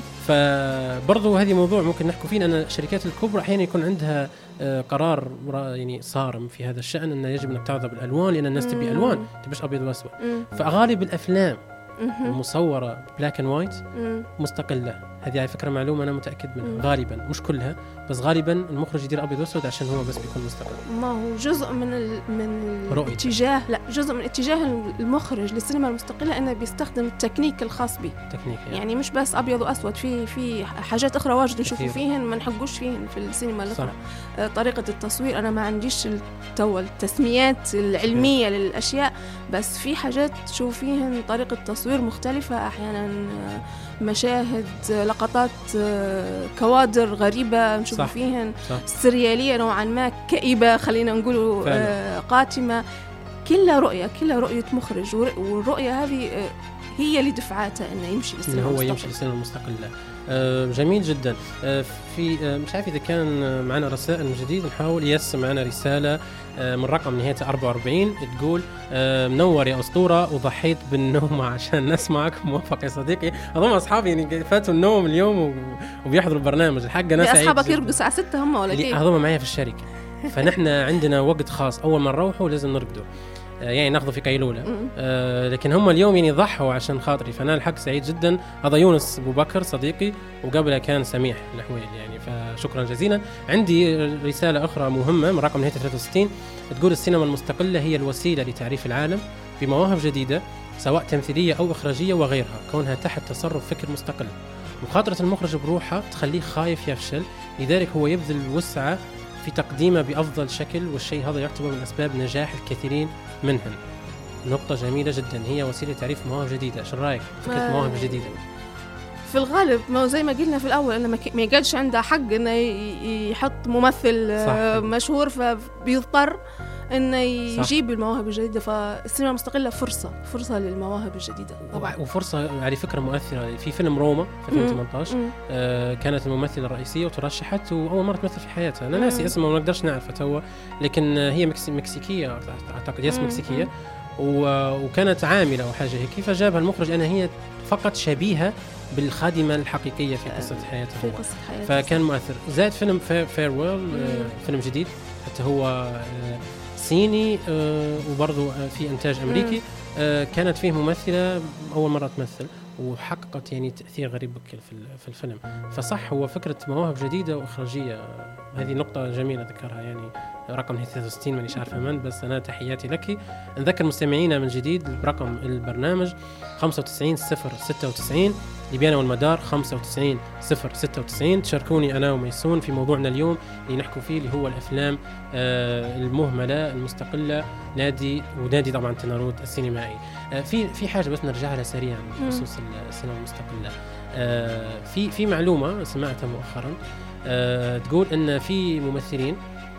فبرضو هذه موضوع ممكن نحكوا فيه، أن الشركات الكبرى أحيانا يكون عندها آه قرار يعني صارم في هذا الشأن، أنه يجب أنك تعرض بالألوان، لأن الناس تبي ألوان تبيش أبيض وأسود. فغالب الأفلام المصورة بلاك اند وايت مستقلة. هذه على فكرة معلومة أنا متأكد منها. غالبا مش كلها، بس غالبا المخرج يدير أبيض وأسود عشان هو بس بيكون مستقل. ما هو جزء من ال من رؤية. اتجاه لا جزء من اتجاه المخرج للسينما المستقلة أنه بيستخدم التكنيك الخاص به. تكنيك يعني. يعني مش بس أبيض وأسود، في في حاجات أخرى واجد نشوفوا فيهن ما نحقوش فيهن في السينما الأخرى. آه طريقة التصوير أنا ما عنديش التو التسميات العلمية صحيح. للأشياء، بس في حاجات تشوف فيهن طريقة تصوير مختلفة، أحيانا مشاهد لقطات كوادر غريبة نشوف فيهن سريالية نوعا ما، كئيبة خلينا نقول قاتمة. كلها رؤية كلها رؤية مخرج، والرؤية هذه هي اللي دفعتها إنه يمشي للسينما المستقلة. هو يمشي للسينما المستقلة. آه جميل جدا. آه في آه مش عارف إذا كان معنا رسائل من جديد، نحاول يس معنا رسالة آه من رقم نهايته أربعة وأربعين تقول آه منور يا أسطورة، وضحيت بالنوم عشان نسمعك. موفق يا صديقي. أظن أصحابي يعني فاتوا النوم اليوم وبيحضروا البرنامج. الحق أنا سعيد. أصحابك يرقدوا الساعة ستة هم ولا كيف؟ أظن معايا في الشركة، فنحن عندنا وقت خاص أول ما نروحوا لازم نرقدوا. يعني ناخذه في قيلولة. آه لكن هم اليوم يعني ضحوا عشان خاطري، فأنا الحق سعيد جدا. هذا يونس أبو بكر صديقي، وقبله كان سميح الحويل يعني، فشكرا جزيلا. عندي رسالة أخرى مهمة من رقم نهاية ثلاثة وستين، تقول السينما المستقلة هي الوسيلة لتعريف العالم بمواهب جديدة سواء تمثيلية أو إخراجية وغيرها، كونها تحت تصرف فكر مستقل. مخاطرة المخرج بروحه تخليه خايف يفشل، لذلك هو يبذل وسعه في تقديمه بأفضل شكل، والشيء هذا يعتبر من أسباب نجاح الكثيرين منهم. نقطة جميلة جدا، هي وسيلة تعريف مواهب جديدة. شو رأيك فكرة مواهب جديدة؟ في الغالب ما زي ما قلنا في الأول إنه ما يقالش عنده حق إنه يحط ممثل صح. مشهور، فبيضطر إنه يجيب صح. المواهب الجديدة. فالسينما المستقلة فرصة فرصة للمواهب الجديدة طبعا، وفرصة على فكرة مؤثرة. في فيلم روما في ألفين وثمانية عشر آه كانت الممثلة الرئيسية وترشحت، وأول مرة تمثل في حياتها. أنا ناسي اسمها وما نقدرش نعرفها توا، لكن هي مكسي مكسيكية أعتقد، يس مكسيكية، وكانت عاملة أو حاجة هيك، فجابها المخرج أنا هي فقط شبيهة بالخادمة الحقيقية في قصة حياتها، في قصة حياتها فكان مؤثر. زاد فيلم فيرويل آه فيلم جديد حتى هو آه صيني آه وبرضو آه في إنتاج أمريكي. آه كانت فيه ممثلة أول مرة تمثل وحققت يعني تأثير غريب في الفيلم. فصح هو فكرة مواهب جديدة وإخراجية، هذه نقطة جميلة ذكرها يعني رقم ثلاثة وستين مانيش عارفة من، بس أنا تحياتي لك. نذكر مستمعينا من جديد برقم البرنامج خمسة وتسعين صفر ستة وتسعين ليبيانا والمدار خمسة وتسعين صفر ستة وتسعين. تشاركوني أنا وميسون في موضوعنا اليوم اللي نحكوا فيه اللي هو الأفلام آه المهملة المستقلة، نادي ونادي طبعا تنارود السينمائي. آه في في حاجة بس نرجع لها سريعا بخصوص السينما المستقلة. آه في في معلومة سمعتها مؤخرا آه تقول إن في ممثلين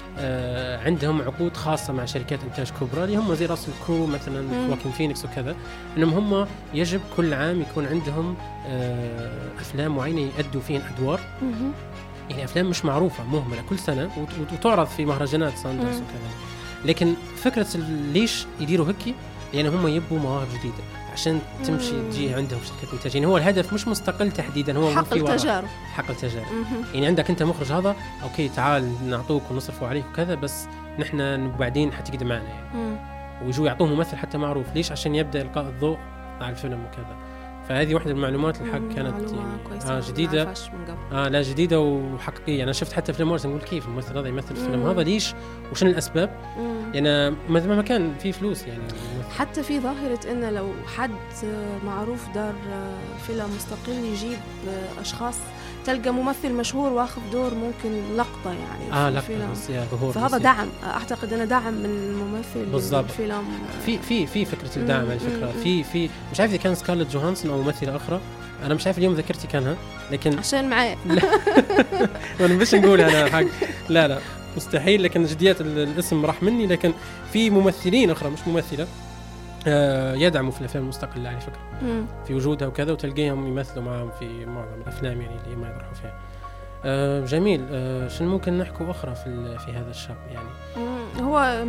آه عندهم عقود خاصة مع شركات إنتاج كبرى اللي هم زي راسل كرو مثلا واكين فينيكس وكذا، إنهم هم يجب كل عام يكون عندهم آه أفلام معينة يأدوا فيهن أدوار، يعني أفلام مش معروفة مهملة كل سنة وتعرض في مهرجانات ساندرز وكذا. لكن فكرة ليش يديروا هيك؟ يعني هم يبوا مواهب جديدة عشان تمشي تجي عندهم شركة إنتاج. يعني هو الهدف مش مستقل تحديدا، هو حق التجارب حق التجارب. يعني عندك أنت مخرج هذا أوكي تعال نعطوك ونصرفوا عليك وكذا، بس نحن بعدين حتقدم معنا يعني ويجوا يعطوه ممثل حتى معروف. ليش؟ عشان يبدأ إلقاء الضوء على الفيلم وكذا. فهذه واحدة من المعلومات الحق كانت يعني آه جديدة آه لا جديدة وحقيقية. أنا شفت حتى في المورس نقول كيف الممثل هذا يمثل الفيلم هذا، ليش وشن الأسباب؟ يعني مثل ما كان في فلوس يعني. حتى في ظاهرة إنه لو حد معروف دار فيلم مستقل يجيب أشخاص، تلقى ممثل مشهور واخذ دور ممكن لقطة يعني آه لقطة بس يا ظهور، فهذا دعم. أعتقد أنه دعم من الممثل بالضبط. الفيلم في في في فكرة الدعم على فكرة. في في مش عارف إذا كان سكارلت جوهانسون أو ممثلة أخرى، أنا مش عارف اليوم ذكرتي كانها، لكن عشان معي أنا مش نقول أنا حق لا لا مستحيل، لكن جديات الاسم راح مني. لكن في ممثلين أخرى مش ممثلة آه يدعموا في الأفلام المستقلة على فكرة مم. في وجودها وكذا، وتلقيهم يمثلوا معهم في معظم الأفلام يعني اللي ما يروحوا فيها. آه جميل. آه شنو ممكن نحكوا أخرى في في هذا الشأن يعني؟ مم. هو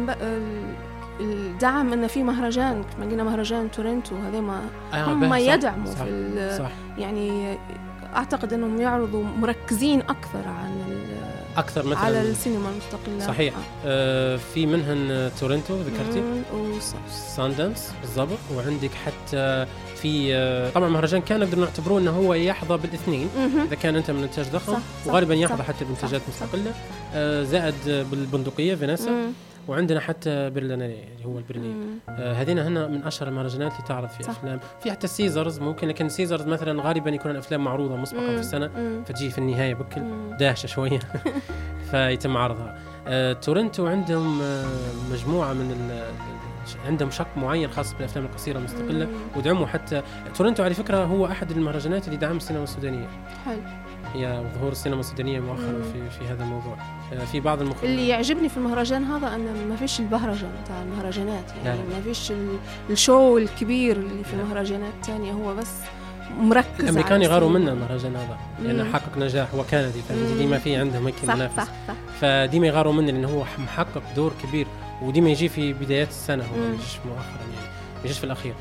الدعم إنه في مهرجان ما قلنا مهرجان تورنتو، هذا ما آه هم يدعموا صح في صح. يعني أعتقد أنهم يعرضوا مركزين أكثر عن أكثر مثلا على السينما المستقلة. صحيح. آه. آه في منهن تورنتو ذكرتي وساندنس بالضبط، وعندك حتى في آه طبعا مهرجان كان نقدر نعتبروه أنه هو يحظى بالاثنين إذا كان أنت من إنتاج ضخم، وغالبا يحظى حتى بإنتاجات مستقلة. آه زائد بالبندقية فينيسا مم. وعندنا حتى برلينالي اللي هو البرلين. آه هذين هنا من أشهر المهرجانات اللي تعرض في صح. أفلام. في حتى سيزرز ممكن، لكن سيزرز مثلا غالبا يكون الأفلام معروضة مسبقا في السنة مم. فتجي في النهاية بكل داهشة شوية فيتم عرضها. آه تورنتو عندهم آه مجموعة من عندهم شق معين خاص بالأفلام القصيرة المستقلة، ودعموا حتى تورنتو على فكرة هو أحد المهرجانات اللي دعم السينما السودانية. حلو. هي ظهور السينما السودانية مؤخرا في في هذا الموضوع. في بعض المخرجين اللي يعجبني في المهرجان هذا أن ما فيش البهرجة بتاع المهرجانات يعني ما فيش الشو الكبير اللي في المهرجانات الثانية، هو بس مركز. الأمريكان يغاروا منا المهرجان هذا لأنه يعني حقق نجاح وكندي، فديما في عندهم هيك منافس، صح صح. فديما يغاروا منه لأنه هو محقق دور كبير، وديما يجي في بدايات السنة، هو ما يجيش مؤخرا يعني ما يجيش في الأخير.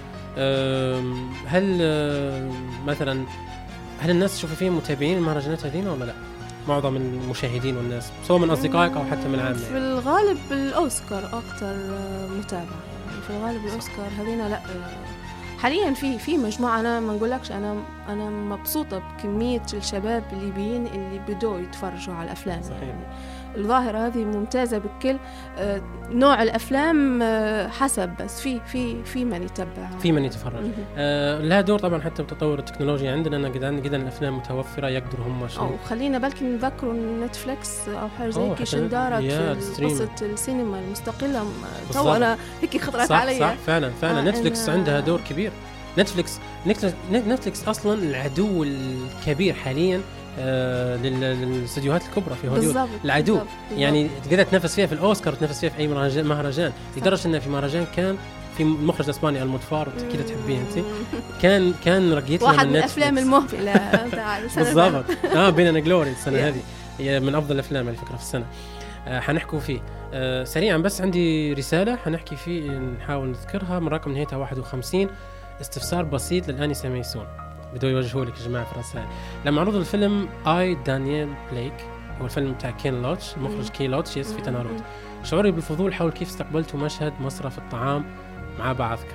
هل مثلا هل الناس تشوف فيهم متابعين المهرجانات هذين ولا لا؟ معظم المشاهدين والناس سواء من أصدقائك أو حتى من العامة في الغالب الأوسكار أكتر متابعة يعني في الغالب الأوسكار هذينا لا حاليا في في مجموعة. أنا ما نقولكش أنا أنا مبسوطة بكمية الشباب الليبيين اللي بدوا يتفرجوا على الأفلام. صحيح. يعني الظاهرة هذه ممتازة بكل آه نوع الأفلام آه حسب، بس في في في من يتبع، في من يتفرج. آه لها دور طبعا حتى بتطور التكنولوجيا عندنا. أنا قد عندنا الأفلام متوفرة يقدروا هم أو خلينا بلكي نذكروا نتفليكس أو حاجة زي كيش اندارت في قصة السينما المستقلة. تو أنا هيك خطرت علي. صح فعلا فعلا آه نتفليكس عندها دور كبير. نتفليكس نتفليكس أصلا العدو الكبير حاليا آه للاستديوهات الكبرى في هوليوود. العدو بالزبط. يعني تقدر تنافس فيها في الأوسكار، تنافس فيها في أي مهرجان، لدرجة أن في مهرجان كان في المخرج الإسباني المدفار أكيد تحبيه أنت، كان كان رقيت واحد من الأفلام المهملة بالضبط. آه بيننا جلوري السنة هذه هي من أفضل الأفلام على فكرة في السنة. آه حنحكوا فيه آه سريعا، بس عندي رسالة حنحكي فيه نحاول نذكرها من رقم نهايتها واحد وخمسين. استفسار بسيط للآنسة ميسون بدو يوجهوا لك يا جماعة في الرسائل. لما عرض الفيلم آي دانيال بليك، هو الفيلم بتاع كين لوتش المخرج كي لوتش يس في تناروت، شعوري بالفضول حول كيف استقبلتوا مشهد مصرف الطعام مع بعضكم.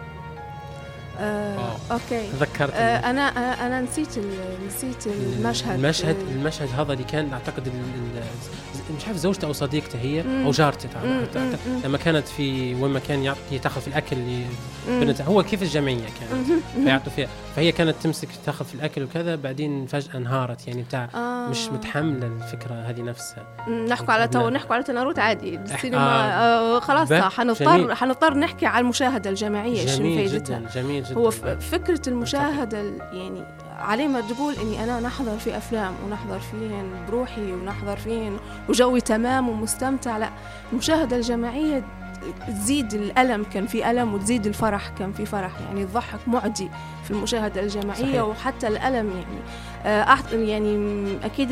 آه، اوكي تذكرت آه انا انا نسيت نسيت المشهد المشهد المشهد هذا اللي كان اعتقد مش عارف زوجته او صديقته هي مم. او جارته لما كانت في وين ما كان يعطي تاخذ في الاكل لبنته، هو كيف الجمعيه كانت فيعطوا فيها، فهي كانت تمسك تاخذ في الاكل وكذا، بعدين فجاه انهارت يعني بتاع آه. مش متحمله الفكره هذه نفسها. نحكوا على تو نحكوا على تناروت عادي السينما آه. آه خلاص حنضطر حنضطر نحكي على المشاهده الجماعيه. جميل جدا جميل جدا. هو فكره المشاهده يعني علي ما تقول إني أنا نحضر في أفلام ونحضر فيهن بروحي ونحضر فيهن وجوي تمام ومستمتع، لا المشاهدة الجماعية تزيد الألم، كان في ألم، وتزيد الفرح كان في فرح، يعني الضحك معدي في المشاهدة الجماعية. صحيح. وحتى الألم يعني آه يعني أكيد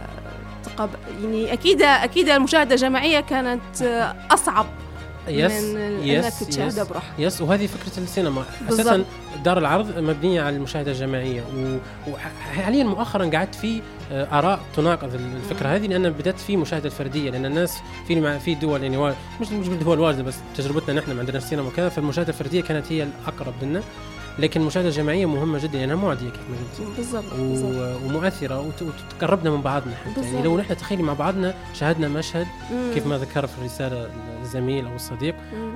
تقب يعني أكيد أكيد المشاهدة الجماعية كانت آه أصعب يس من يس انك تشاهدها بروحك. يس وهذه فكره السينما اساسا. دار العرض مبنيه على المشاهده الجماعيه، وحاليا مؤخرا قعدت في اراء تناقض الفكره هذه، لان بدات في مشاهده فرديه، لان الناس في في دول يعني مش مش بالدول واجده، بس تجربتنا نحن عندنا السينما وكذا، فالمشاهده الفرديه كانت هي الاقرب لنا، لكن المشاهده الجماعيه مهمه جدا لانها يعني معديه كيف ما قلتي بالضبط ومؤثره وتقربنا من بعضنا حتى. يعني لو نحن تخيلي مع بعضنا شاهدنا مشهد مم. كيف ما ذكر في الرساله الزميل او الصديق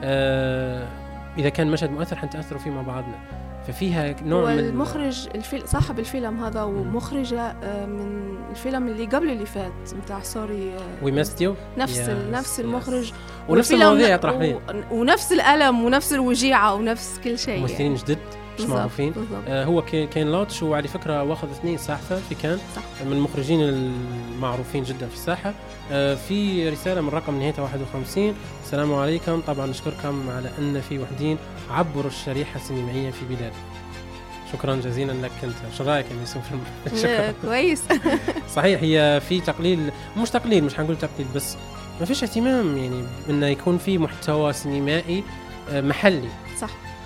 آه اذا كان مشهد مؤثر حنتاثروا فيه مع بعضنا، ففيها نوع من المخرج الفيلم صاحب الفيلم هذا ومخرجه من الفيلم اللي قبل اللي فات بتاع سوري ويمستيو نفس نفس المخرج ونفس المواضيع يطرح فيه ونفس الألم ونفس الوجيعة ونفس كل شيء. ممثلين يعني. جدد مش معروفين. آه هو كين لوتش، وعلى فكرة واخذ اثنين ساحفة في كان صح. من المخرجين المعروفين جدا في الساحة. آه في رسالة من رقم نهايتها واحد وخمسين. السلام عليكم، طبعا نشكركم على أن في وحدين عبروا الشريحة السينمائية في بلاد. شكرا جزيلا لك انت. شو رايك يا ميسون في كويس. صحيح هي في تقليل، مش تقليل مش هنقول تقليل، بس ما فيش اهتمام يعني انه يكون في محتوى سينمائي محلي صح،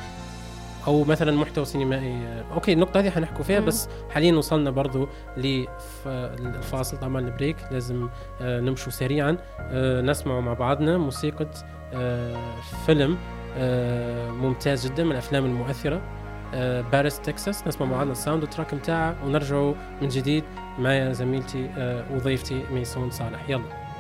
او مثلا محتوى سينمائي. اوكي النقطه هذه حنحكوا فيها مم. بس حاليا وصلنا برضو للفاصل طبعا البريك، لازم نمشوا سريعا نسمع مع بعضنا موسيقى فيلم ممتاز جدا من الافلام المؤثره باريس تكساس. نسمع مع بعضنا الساوند تراك متاعها ونرجعوا من جديد معايا زميلتي وضيفتي ميسون صالح. يلا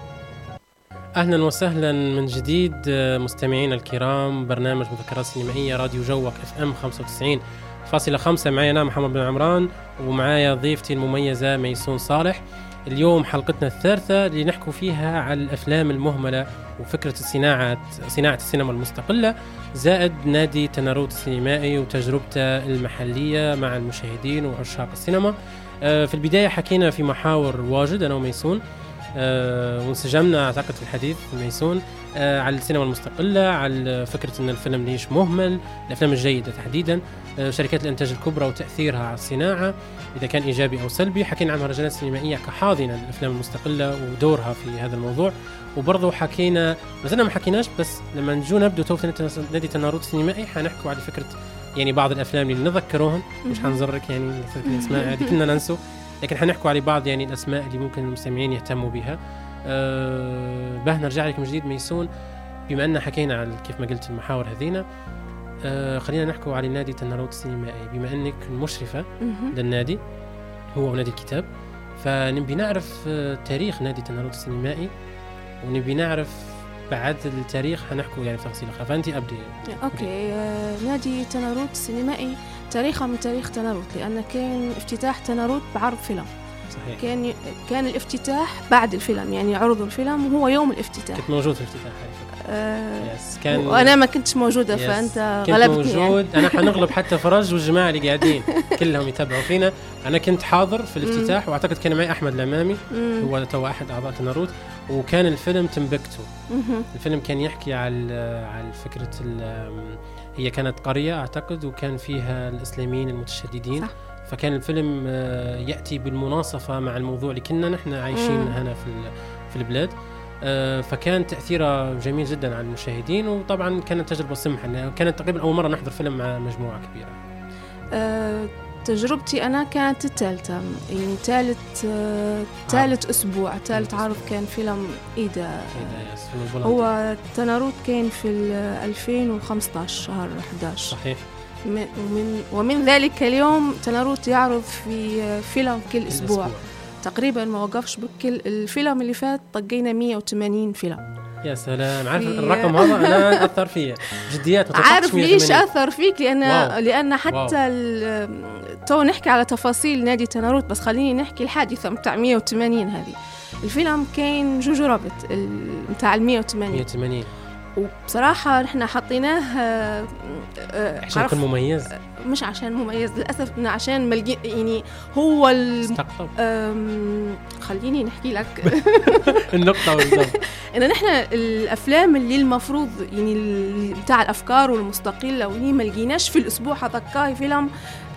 أهلا وسهلا من جديد مستمعين الكرام، برنامج مذكرات سينمائية راديو جوك اف ام خمسة وتسعين فاصلة خمسة. معي أنا محمد بن عمران ومعايا ضيفتي المميزة ميسون صالح. اليوم حلقتنا الثالثة اللي نحكوا فيها على الأفلام المهملة وفكرة الصناعة صناعة السينما المستقلة، زائد نادي تناروت السينمائي وتجربته المحلية مع المشاهدين وعشاق السينما. في البداية حكينا في محاور واجد أنا وميسون، أه وانسجمنا أعتقد في الحديث ميسون أه على السينما المستقلة، على فكرة أن الفيلم ليش مهمل، الأفلام الجيدة تحديدا، أه شركات الإنتاج الكبرى وتأثيرها على الصناعة إذا كان إيجابي أو سلبي. حكينا عن مهرجانات سينمائية كحاضنة للأفلام المستقلة ودورها في هذا الموضوع، وبرضه حكينا مثلا ما حكيناش بس لما نجو نبدو توفي نادي تناروت السينمائي حنحكوا على فكرة يعني بعض الأفلام اللي نذكروهن، مش حنزرك يعني الأسماء هذه كنا ننسوا، لكن حنحكوا على بعض يعني الأسماء اللي ممكن المستمعين يهتموا بها. أه به نرجع لكم جديد ميسون. بما أن حكينا على كيف ما قلت المحاور هذينا، آه خلينا نحكوا على النادي تناروت السينمائي، بما أنك المشرفة للنادي هو نادي الكتاب، فنبي نعرف آه تاريخ نادي تناروت السينمائي، ونبي نعرف بعد التاريخ هنحكوا يعني تفاصيل أخرى. فأنت أبدي. أوكي. آه نادي تناروت السينمائي تاريخه من تاريخ تناروت، لأن كان افتتاح تناروت بعرض فيلم. صحيح. كان كان الافتتاح بعد الفيلم، يعني عرضوا الفيلم وهو يوم الافتتاح. كنت موجود في الافتتاح آه يس. كان وانا ما كنتش موجوده فانت كنت غلبتني موجود يعني. انا حنغلب حتى فرج والجماعه اللي قاعدين كلهم يتابعوا فينا. انا كنت حاضر في الافتتاح، واعتقد كان معي احمد العمامي هو تو احد اعضاء تناروت، وكان الفيلم تمبكتو. الفيلم كان يحكي على على فكره، هي كانت قريه اعتقد، وكان فيها الاسلاميين المتشددين. صح. فكان الفيلم ياتي بالمناصفه مع الموضوع اللي كنا نحن عايشين مم. هنا في في البلاد. فكان تأثيره جميل جدا على المشاهدين، وطبعا كانت تجربة سمحة، كانت تقريبا أول مرة نحضر فيلم مع مجموعة كبيرة. أه تجربتي أنا كانت الثالثة، يعني ثالث أه ثالث أسبوع ثالث عرض كان فيلم إيدا. هو تناروت كان في ألفين وخمسة عشر شهر أحد عشر. صحيح. ومن, ومن ذلك اليوم تناروت يعرض في فيلم كل أسبوع, الأسبوع. تقريبا ما وقفش بكل. الفيلم اللي فات طقينا مية وثمانين فيلم. يا سلام. عارف الرقم هذا أنا أثر فيا جديات. عارف ليش أثر فيك؟ لأن واو. لأن حتى تو نحكي على تفاصيل نادي تناروت، بس خليني نحكي الحادثة متاع مية وثمانين هذه. الفيلم كان جوجو رابط متاع المية وثمانين، وبصراحة نحن حطيناه عشان يكون مميز، مش عشان مميز للأسف، إنه عشان ملقي يعني هو استقطب. خليني نحكي لك النقطة بالضبط. إن نحن الأفلام اللي المفروض يعني بتاع الأفكار والمستقلة واللي ملقيناش في الأسبوع هذاك فيلم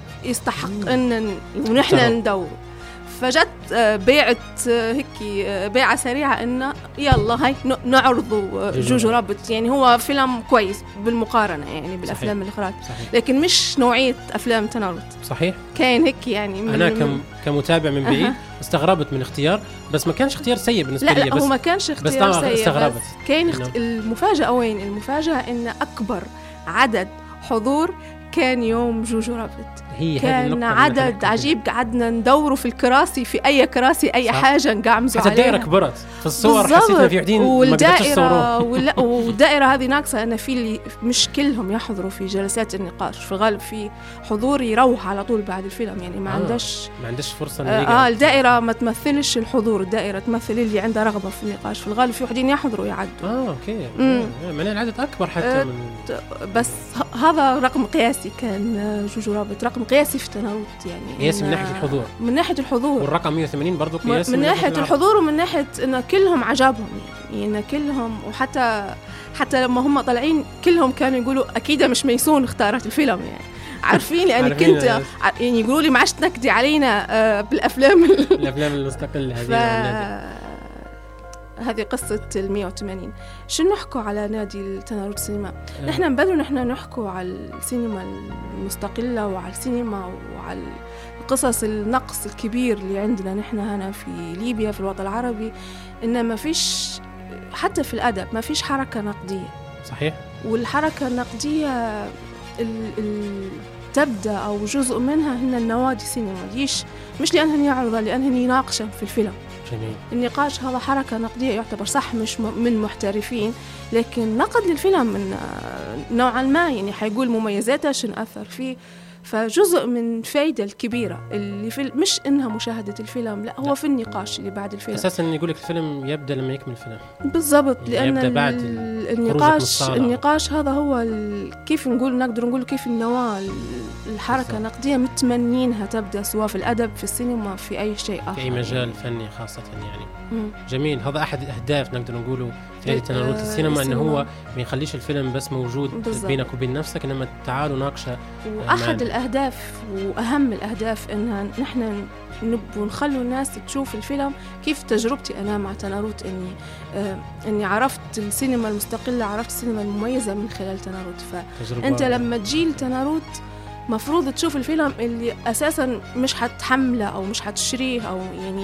يستحق إن ونحن ندور. فجت بيعت هيك بيعة سريعة إنه يلا هاي نعرضه جوجو رابط، يعني هو فيلم كويس بالمقارنة يعني بالأفلام الأخرى، لكن مش نوعية أفلام تناروت. صحيح. كان هيك يعني أنا كم كمتابع من بعيد أه. استغربت من اختيار، بس ما كانش اختيار سيء بالنسبة لي. لا بس هو ما كانش اختيار سيء، استغربت. بس كان اخت... المفاجأة وين؟ المفاجأة إن أكبر عدد حضور كان يوم جوجو رابط. هي كان عدد عجيب، قعدنا ندوروا في الكراسي، في أي كراسي أي صح. حاجة نقعمزوا عليها. الدائرة كبرت في الصور، حسيتنا في عدين والدائرة ولا والدائرة هذه ناقصة. أنا في اللي مش كلهم يحضروا في جلسات النقاش، في الغالب في حضور يروح على طول بعد الفيلم، يعني ما آه. عندش ما عندش فرصة. آه, آه الدائرة ما تمثلش الحضور، الدائرة تمثل اللي عنده رغبة في النقاش. في الغالب في وحدين يحضروا يعدوا. آه أوكي. معناه العدد أكبر حتى آه من بس هذا رقم قياسي كان جوجو رابط، رقم قياسي في تناروت يعني قياسي من ناحية الحضور. من ناحية الحضور. والرقم مية وثمانين برضو قياسي من, من ناحية الحضور، ومن ناحية إن كلهم عجبهم يعني, يعني كلهم، وحتى حتى لما هم طالعين كلهم كانوا يقولوا أكيد مش ميسون اختارت الفيلم يعني عارفين لأني كنت يعني يقولوا لي ما عادش تنكدي علينا آه بالأفلام الأفلام المستقلة هذه. ف... هذه قصة المية وثمانين. شو نحكوا على نادي تناروت السينما؟ أه. نحن نبدو نحن نحكوا على السينما المستقلة وعلى السينما وعلى قصص النقص الكبير اللي عندنا نحن هنا في ليبيا في الوطن العربي، إن ما فيش حتى في الأدب ما فيش حركة نقدية. صحيح. والحركة النقدية ال ال تبدأ أو جزء منها هن النوادي السينما، ليش؟ مش لأنهن يعرضن، لأنهن يناقشن في الفيلم. جميل. النقاش هذا حركة نقدية يعتبر صح مش من محترفين، لكن نقد للفيلم من نوعا ما يعني حيقول مميزاته شن أثر فيه. فجزء من فايدة الكبيرة اللي في مش إنها مشاهدة الفيلم، لا هو لا. في النقاش اللي بعد الفيلم. أساساً يقولك الفيلم يبدأ لما يكمل الفيلم بالضبط، لأن يبدأ بعد النقاش النقاش هذا هو كيف نقول نقدر نقول كيف النواة الحركة النقدية متمنينها تبدأ سواء في الأدب في السينما في أي شيء آخر، في أي مجال فني خاصة يعني. مم. جميل. هذا أحد الأهداف نقدر نقوله في نادي تناروت السينما، أنه هو ما يخليش الفيلم بس موجود بالزبط. بينك وبين نفسك، إنما تعالوا ناقشه. وأحد الأهداف وأهم الأهداف إنها نحن نبغى نخلوا الناس تشوف الفيلم. كيف تجربتي أنا مع تناروت إني آه إني عرفت السينما المستقلة، عرفت السينما المميزة من خلال تناروت. فأنت لما تجي لتناروت مفروض تشوف الفيلم اللي أساساً مش حتحمله أو مش حتشريه أو يعني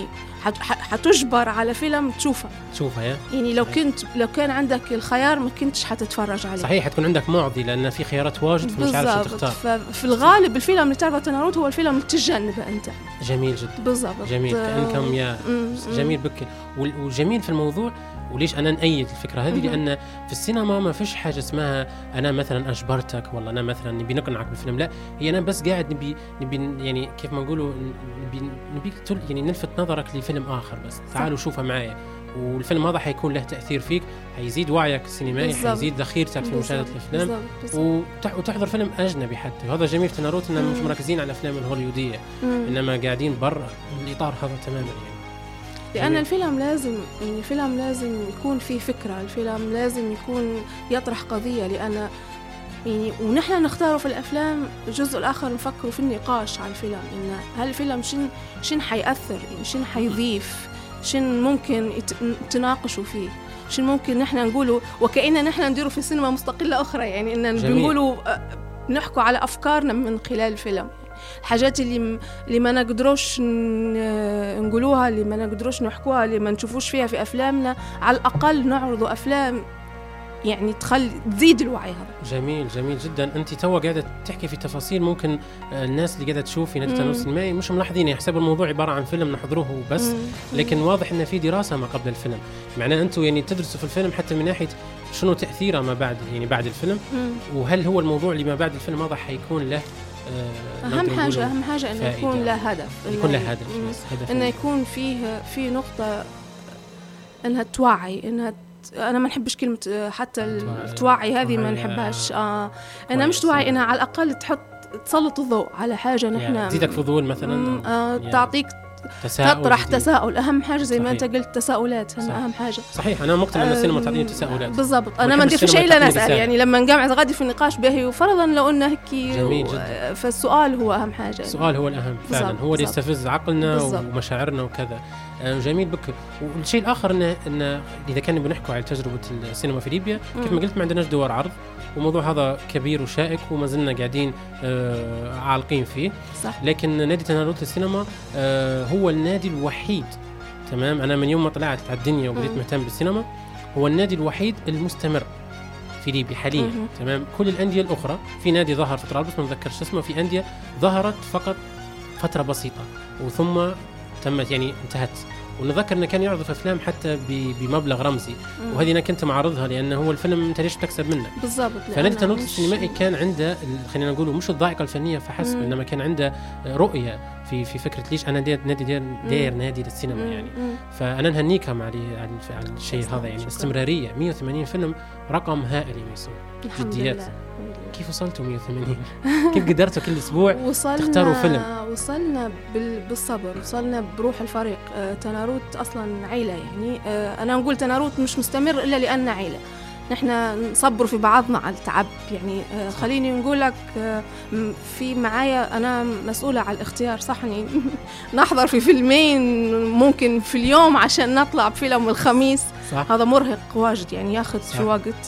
حتجبر على فيلم تشوفه تشوفه يا يعني لو كنت لو كان عندك الخيار ما كنتش حتتفرج عليه. صحيح، حتكون عندك معضي لأن في خيارات واجد فمش عارف شو تختار. ففي الغالب الفيلم اللي تعرضه ناروتو هو الفيلم اللي تتجنبه أنت. جميل جدا. بالضبط. جميل كأنكم يا جميل بك. والجميل في الموضوع وليش أنا نأيد الفكرة هذه لأن في السينما ما فيش حاجة اسمها أنا مثلا أجبرتك والله أنا مثلا نبي نقنعك بالفيلم، لا هي أنا بس قاعد نبي نبي يعني كيف ما نقولوا نبي نبي يعني نلفت نظرك لفيلم آخر بس تعالوا شوفه معايا، والفيلم هذا حيكون له تأثير فيك، حيزيد وعيك السينمائي، حيزيد ذخيرتك في مشاهدة الأفلام وتحضر فيلم أجنبي حتى. وهذا جميل في ناروتو إننا مش مركزين على الأفلام الهوليودية إنما قاعدين برا الإطار هذا تماما يعني. لأن الفيلم لازم يعني الفيلم لازم يكون فيه فكرة، الفيلم لازم يكون يطرح قضية، لأن يعني ونحن نختاره في الأفلام الجزء الآخر نفكروا في النقاش على الفيلم، إن هل الفيلم شن شن حيأثر، يعني شن حيضيف، شن ممكن تناقشوا فيه، شن ممكن نحن نقوله وكأننا نحن نديروا في سينما مستقلة أخرى، يعني إن بنقولوا نحكوا على أفكارنا من خلال الفيلم. الحاجات اللي اللي ما نقدروش نقولوها، اللي ما نقدروش نحكوها، اللي ما نشوفوش فيها في أفلامنا، على الأقل نعرضوا أفلام يعني تخلي تزيد الوعي هذا. جميل جميل جدا. أنت توا قاعدة تحكي في تفاصيل ممكن الناس اللي قاعدة تشوف في نادي التنوع السينمائي مش ملاحظين، يحسبوا الموضوع عبارة عن فيلم نحضروه وبس، لكن واضح إن في دراسة ما قبل الفيلم، معناه أنتوا يعني تدرسوا في الفيلم حتى من ناحية شنو تأثيره ما بعد يعني بعد الفيلم، وهل هو الموضوع اللي ما بعد الفيلم هذا حيكون له أهم حاجة أهم حاجة إنه يكون له هدف، يكون له هدف، هدف إنه يكون فيه في نقطة إنها توعي، إنها أنا ما نحبش كلمة حتى التوعي هذه ما نحبهاش، آه أنا مش توعي، إنها على الأقل تحط تسلط الضوء على حاجة نحن تزيدك فضول مثلا، آه تعطيك تساؤل تطرح تساؤل. أهم حاجة زي ما أنت قلت تساؤلات هم أهم حاجة. صحيح أنا مقتنع أن السينما تعطيني تساؤلات. بالضبط. أنا ما ندير في شيء لا نسأل، يعني لما نقعد غادي في النقاش به وفرضا لو أنه هيك فالسؤال هو أهم حاجة، السؤال هو الأهم فعلا، هو اللي يستفز عقلنا ومشاعرنا وكذا. جميل بك. والشيء الآخر إنه إن إذا كان بنحكوا على تجربة السينما في ليبيا كيف ما قلت ما عندناش دوار عرض، والموضوع هذا كبير وشائك وما زلنا قاعدين آه عالقين فيه. صح. لكن نادي تناروت السينما آه هو النادي الوحيد، تمام، أنا من يوم ما طلعت على الدنيا وبديت مهتم بالسينما هو النادي الوحيد المستمر في ليبيا حاليا. تمام. كل الأندية الأخرى في نادي ظهر في طرابلس ما نتذكرش اسمه، في أندية ظهرت فقط فترة بسيطة وثم تمت يعني انتهت. ونذكر انه كان يعرض في افلام حتى بمبلغ رمزي، وهذه انا كنت معارضها لانه هو الفيلم انت ليش بتكسب منه بالضبط. فنادي التنوع السينمائي كان عنده خلينا نقول مش الضائقه الفنيه فحسب، انما كان عنده رؤيه في في فكره ليش انا داير نادي داير, داير نادي للسينما مم. يعني مم. فانا نهنيك مع على الشيء هذا، يعني الاستمراريه مية وثمانين فيلم رقم هائل يا جديات. كيف وصلتوا مية وثمانين؟ كيف قدرتوا كل اسبوع تختاروا فيلم؟ وصلنا بالصبر، وصلنا بروح الفريق. آه تناروت اصلا عيله، يعني آه انا نقول تناروت مش مستمر الا لان عيله، نحن نصبر في بعضنا على التعب، يعني آه خليني نقول لك آه في معايا انا مسؤوله على الاختيار، صح يعني نحضر في فيلمين ممكن في اليوم عشان نطلع بفيلم الخميس، صح. هذا مرهق واجد يعني ياخذ في وقت،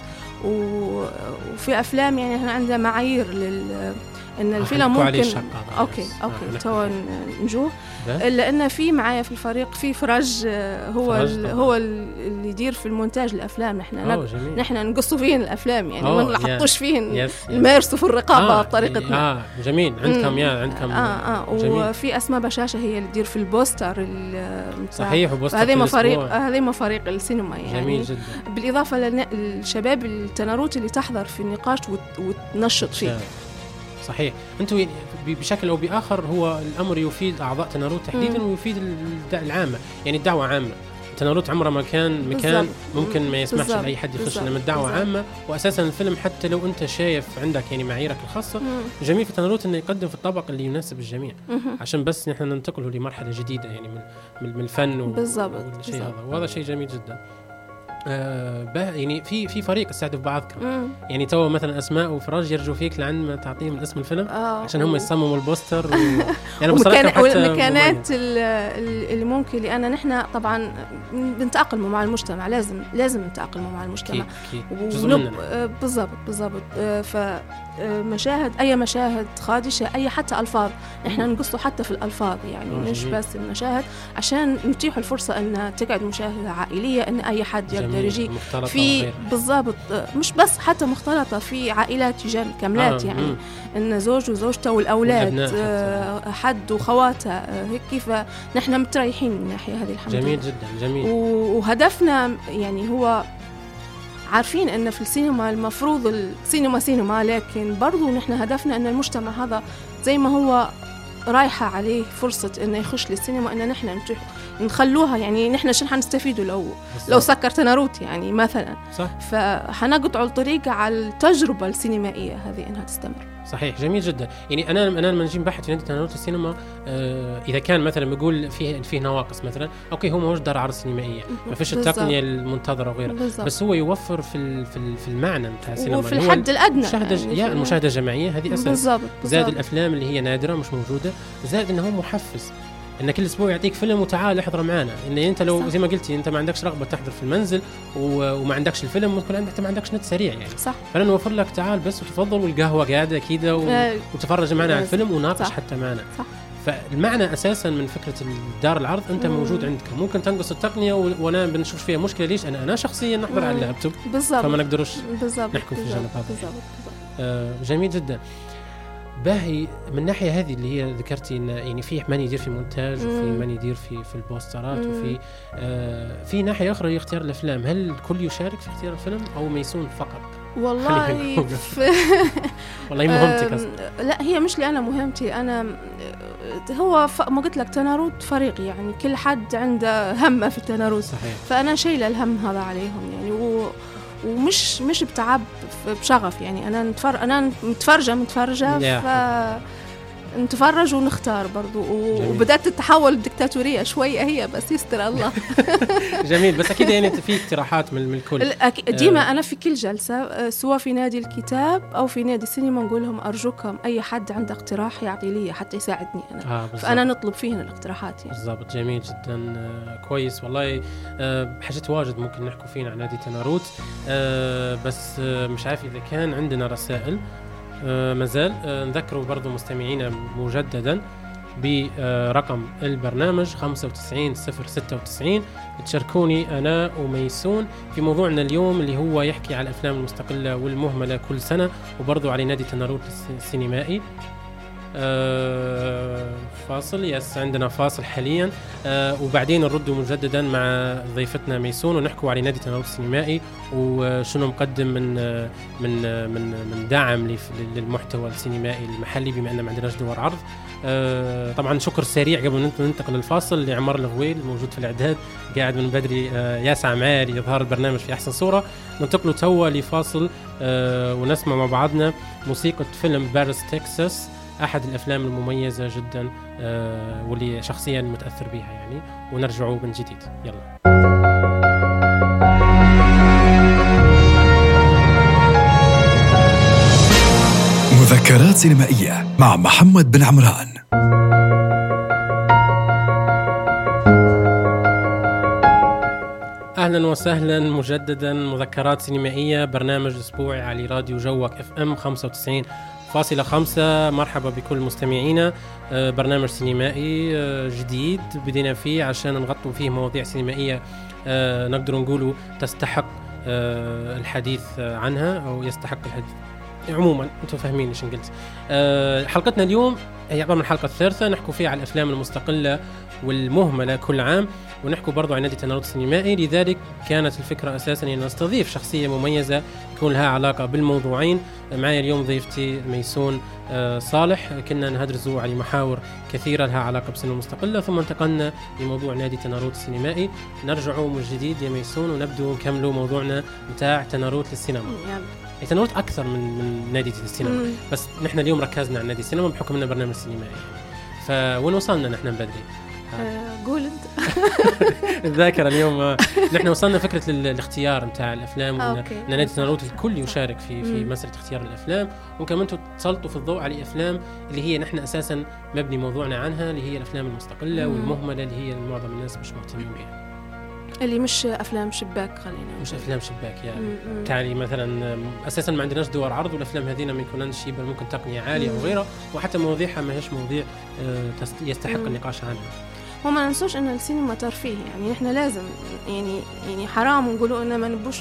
وفي أفلام يعني احنا عندنا معايير لل إن الفيلم ممكن أوكي أوكي تو نجوه، إلا إن في معايا في الفريق في فرج هو هو اللي يدير في المونتاج الأفلام، نحن نحن نقصوا فيهن الأفلام يعني ما نحطوش فيهن نمارسوا في الرقابة آه بطريقتنا. آه جميل. عندكم يا عندكم آه آه وفي أسماء بشاشة هي اللي تدير في البوستر. صحيح. وبوستر هذه مفاريق هذه مفاريق السينما يعني. جميل جدا. بالإضافة للشباب التناروت اللي تحضر في النقاش وتنشط فيه. صحيح. أنتوا بشكل أو بآخر هو الأمر يفيد أعضاء تناروت تحديدا ويفيد العامة، يعني الدعوة عامة. تناروت عمره ما كان مكان ممكن ما يسمحش لأي حد يخش، لما الدعوة عامة. وأساسا الفيلم حتى لو أنت شايف عندك يعني معاييرك الخاصة، جميل في تناروت إنه يقدم في الطبق اللي يناسب الجميع، عشان بس نحن ننتقله لمرحلة جديدة يعني من من الفن والشيء هذا، وهذا شيء جميل جدا. آه يعني في في فريق استهدف بعضكم، مم. يعني تو مثلا اسماء وفراج يرجو فيك لعند ما تعطيهم اسم الفيلم آه. عشان هم يصمموا البوستر و... يعني بصراحه والمكانات اللي ممكن، لان نحن طبعا بنتاقلموا مع المجتمع، لازم لازم نتاقلموا مع المجتمع ونب... بالضبط بالضبط. ف مشاهد، أي مشاهد خادشة، أي حتى ألفاظ نحن نقصه حتى في الألفاظ يعني مش بس المشاهد، عشان نتيح الفرصة أن تقعد مشاهدة عائلية، أن أي حد يقدر يجي في بالضبط، مش بس حتى مختلطة، في عائلات يجان كاملات آه. يعني مم. أن زوج وزوجته والأولاد آه حد وخواته آه هيك، كيف نحن متريحين من ناحية هذه الحمد لله. جميل جدا جميل. وهدفنا يعني هو عارفين أن في السينما المفروض السينما سينما، لكن برضو نحن هدفنا أن المجتمع هذا زي ما هو رايحة عليه فرصة أنه يخش للسينما، أن نحن نخلوها يعني نحن شن حنستفيدوا لو بالزبط. لو سكر تناروت يعني مثلا صح. فحنقطعوا الطريق على التجربة السينمائية هذه أنها تستمر. صحيح جميل جدا. يعني انا انا لما نجي نبحث في نادي تناروت السينما آه اذا كان مثلا بيقول فيه فيه نواقص مثلا، اوكي هو موجود دار عرض سينمائيه، ما فيش التقنيه المنتظره وغيرها، بس هو يوفر في في في المعنى بتاع السينما وفي الحد الادنى المشاهده يعني يا المشاهده الجماعيه هذه اساس، زاد الافلام اللي هي نادره مش موجوده، زاد انه هو محفز ان كل اسبوع يعطيك فيلم وتعال احضر معنا. ان انت لو صح. زي ما قلتي انت ما عندكش رغبه تحضر في المنزل وما عندكش الفيلم، ممكن انت ما عندكش نت سريع يعني صح، فانا نوفر لك تعال بس وتفضل، والقهوه قاعده كده و... وتفرج معنا على الفيلم وناقش حتى معنا صح. فالمعنى اساسا من فكره دار العرض انت مم. موجود عندك، ممكن تنقص التقنيه و... وانا بنشوف فيها مشكله. ليش انا انا شخصيا نحضر على اللابتوب فما نقدرش نحكم في الجانب هذا. آه جميل جدا. باهي من الناحيه هذه اللي هي ذكرتي ان يعني في من يدير في مونتاج وفي من يدير في في البوسترات مم. وفي آه في ناحيه اخرى هي اختيار الافلام. هل الكل يشارك في اختيار الفيلم او ميسون فقط؟ والله والله مهمتي لا هي مش لي انا مهمتي انا، هو ما قلت لك تناروت فريق يعني كل حد عنده همه في التناروت صحيح. فانا شايله الهم هذا عليهم يعني و ومش مش بتعب بشغف يعني انا نتفرج انا متفرجه متفرجه ف نتفرج ونختار برضو و... وبدأت تتحول الدكتاتورية شوية هي بس يستر الله. جميل. بس أكيد يعني في اقتراحات من الكل ديما آه. أنا في كل جلسة سواء في نادي الكتاب أو في نادي السينما نقول لهم أرجوكم أي حد عنده اقتراح يعطي لي حتى يساعدني أنا آه فأنا نطلب فيهن الاقتراحات يعني. بالضبط. جميل جدا. آه كويس والله. آه حاجات واجد ممكن نحكوا فينا عن نادي تناروت آه بس آه مش عارف إذا كان عندنا رسائل آه مازال. آه نذكروا برضو مستمعينا مجددا برقم البرنامج خمسة وتسعين صفر ستة وتسعين تشاركوني أنا وميسون في موضوعنا اليوم اللي هو يحكي على الأفلام المستقلة والمهملة كل سنة، وبرضو على نادي تناروت السينمائي. آه فاصل يس عندنا فاصل حاليا آه وبعدين نرد مجددا مع ضيفتنا ميسون ونحكوا على نادي تناروت السينمائي وشنو مقدم من من من من دعم للمحتوى السينمائي المحلي بما ان ما عندناش دور عرض. آه طبعا شكر سريع قبل ما ننتقل للفاصل لعمر الغويل الموجود في الاعداد قاعد من بدري آه يسعى معي لإظهار البرنامج في احسن صوره. ننتقل توا لفاصل آه ونسمع مع بعضنا موسيقى فيلم باريس تكساس، أحد الأفلام المميزة جدا آه واللي شخصيا متأثر بها يعني، ونرجعوا من جديد. يلا. مذكرات سينمائية مع محمد بن عمران. أهلا وسهلا مجددا. مذكرات سينمائية برنامج أسبوعي على راديو جوك اف ام خمسة وتسعين فاصلة خمسة. مرحبا بكل مستمعينا. برنامج سينمائي جديد بدينا فيه عشان نغطوا فيه مواضيع سينمائية نقدر نقولوا تستحق الحديث عنها أو يستحق الحديث عموما. انتم فاهمين ايش قلت. حلقتنا اليوم هي عبارة عن الحلقة الثالثة نحكوا فيها على الأفلام المستقلة والمهملة كل عام، ونحكوا برضو عن نادي تناروت السينمائي. لذلك كانت الفكرة أساساً أن نستضيف شخصية مميزة يكون لها علاقة بالموضوعين. معي اليوم ضيفتي ميسون صالح. كنا نهدرزوا على محاور كثيرة لها علاقة بالسينما المستقلة، ثم انتقلنا لموضوع نادي تناروت السينمائي. نرجعوا من جديد يا ميسون ونبدو نكملوا موضوعنا متاع تناروت للسينما. تناروت أكثر من من نادي السينما مم. بس نحن اليوم ركزنا على نادي السينما بحكم أنه برنامج سينمائي. فوين وصلنا نحن بدري؟ آه قول انت. الذاكرة اليوم نحن وصلنا فكرة الاختيار متاع الأفلام وأن نادي تناروت الكل يشارك في في مسألة اختيار الأفلام، وكمان أنتم تسلطوا في الضوء على أفلام اللي هي نحن أساسا مبني موضوعنا عنها اللي هي الأفلام المستقلة مم. والمهملة اللي هي معظم الناس مش مهتمين بها. اللي مش افلام شباك، خلينا مش افلام شباك يعني تعني مثلا اساسا ما عندناش دور عرض، والافلام هذينا ما يكونش شيء، بل ممكن تقنيه عاليه او غيره، وحتى مواضيعها ما هيش مواضيع يستحق مم. النقاش عنها. وما ننسوش ان السينما ترفيه، يعني احنا لازم يعني يعني حرام نقولوا ان ما نبوش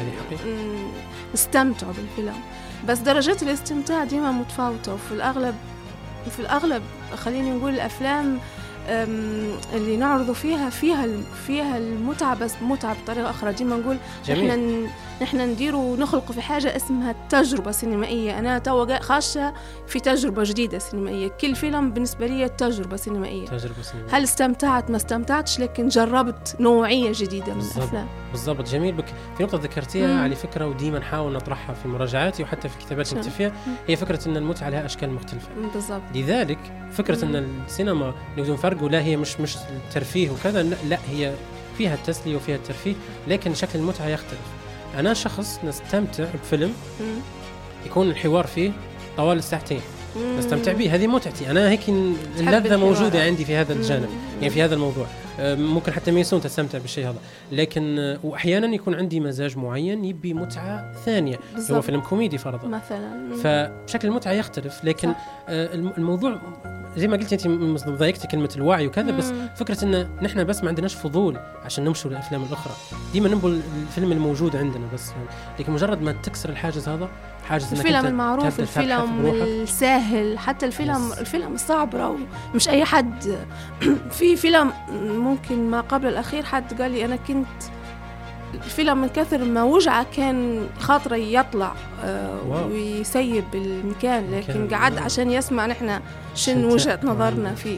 نستمتع بالفيلم، بس درجات الاستمتاع ديما متفاوته، وفي الاغلب في الاغلب خليني نقول الافلام اللي نعرضوا فيها فيها فيها المتعة، بس متعة بطريقة أخرى. ديما نقول نحن نحن نديروا نخلق في حاجة اسمها تجربة سينمائية. أنا توا خاشة في تجربة جديدة سينمائية، كل فيلم بالنسبة لي تجربة سينمائية. تجربة سينمائية. هل استمتعت ما استمتعتش، لكن جربت نوعية جديدة من بالزبط. الأفلام. بالضبط. جميل بك في نقطة ذكرتيها مم. على فكرة، وديما نحاول نطرحها في مراجعاتي وحتى في كتابات نكتب هي فكرة أن المتعة لها أشكال مختلفة. بالضبط. لذلك فكرة مم. أن السينما نقدر نفرقوا، لا هي مش مش الترفيه وكذا، لا هي فيها التسلية وفيها الترفيه، لكن شكل المتعة يختلف. أنا شخص نستمتع بفيلم مم. يكون الحوار فيه طوال الساعتين، مم. نستمتع به، هذه متعتي أنا. هيك اللذة موجودة عندي في هذا الجانب، مم. يعني في هذا الموضوع. ممكن حتى ميسون تستمتع بالشيء هذا، لكن وأحيانا يكون عندي مزاج معين يبي متعة ثانية، بالزبط. هو فيلم كوميدي فرضا مثلا، فشكل المتعة يختلف. لكن صح. الموضوع زي ما قلت انت ضايقتي كلمه الوعي وكذا، بس فكره ان نحن بس ما عندناش فضول عشان نمشوا الافلام الاخرى، ديما نبغى الفيلم الموجود عندنا بس. لكن مجرد ما تكسر الحاجز هذا، حاجز الفيلم المعروف، الفيلم السهل، حتى الفيلم يس. الفيلم الصعب رو مش اي حد. في فيلم ممكن ما قبل الاخير حد قال لي انا كنت الفيلم من كثر ما وجعه كان خاطره يطلع آه ويسيب المكان، لكن قعد عشان يسمع نحن شن وجهة نظرنا فيه.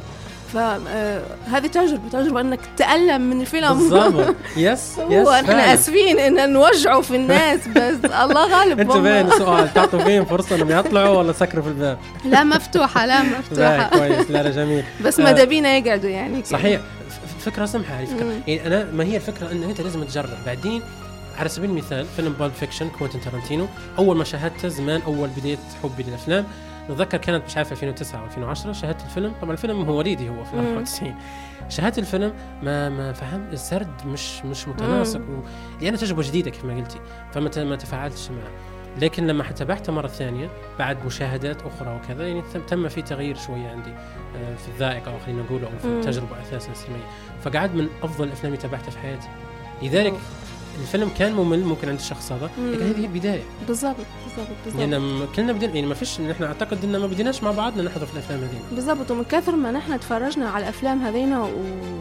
فهذه تجربة تجربة انك تتألم من الفيلم بالضبط. يس يس احنا اسفين ان نوجعوا في الناس، بس الله غالب. انتوا بين سؤال تعطوا فيهم فرصة انهم يطلعوا ولا سكروا في الباب؟ لا مفتوحة، لا مفتوحة. كويس. لا لا جميل. بس ماذا بينا يقعدوا يعني صحيح. فكرة سمحة هذه فكرة. يعني أنا ما هي الفكرة أن أنت لازم تجرب. بعدين على سبيل المثال فيلم بالب فيكشن كوينتين تارانتينو، أول ما شاهدته زمان، أول بداية حبي للأفلام، نتذكر كانت مش عارف ألفين وتسعة أو ألفين وعشرة، شاهدت الفيلم. طبعا الفيلم هو وليدي، هو في أربعة وتسعين. شاهدت الفيلم ما ما فهمت السرد مش مش متناسق، لأن تجربة جديدة كيف ما قلتي، فما ما تفاعلتش معه. لكن لما تابعته مرة ثانية بعد مشاهدات أخرى وكذا، يعني تم في تغيير شوية عندي في الذائقة، أو خلينا نقول، أو في التجربة أساسا السينمائية. فقعد من أفضل الأفلام اللي تابعتها في حياتي. لذلك أوه. الفيلم كان ممل ممكن عند الشخص هذا، لكن هذه هي بداية. بالضبط بالضبط بالضبط. يعني كلنا بدنا، يعني ما فيش نحن أعتقد إن ما بديناش مع بعضنا نحضر في الأفلام هذين. بالضبط. ومن كثر ما نحن تفرجنا على الأفلام هذينا و...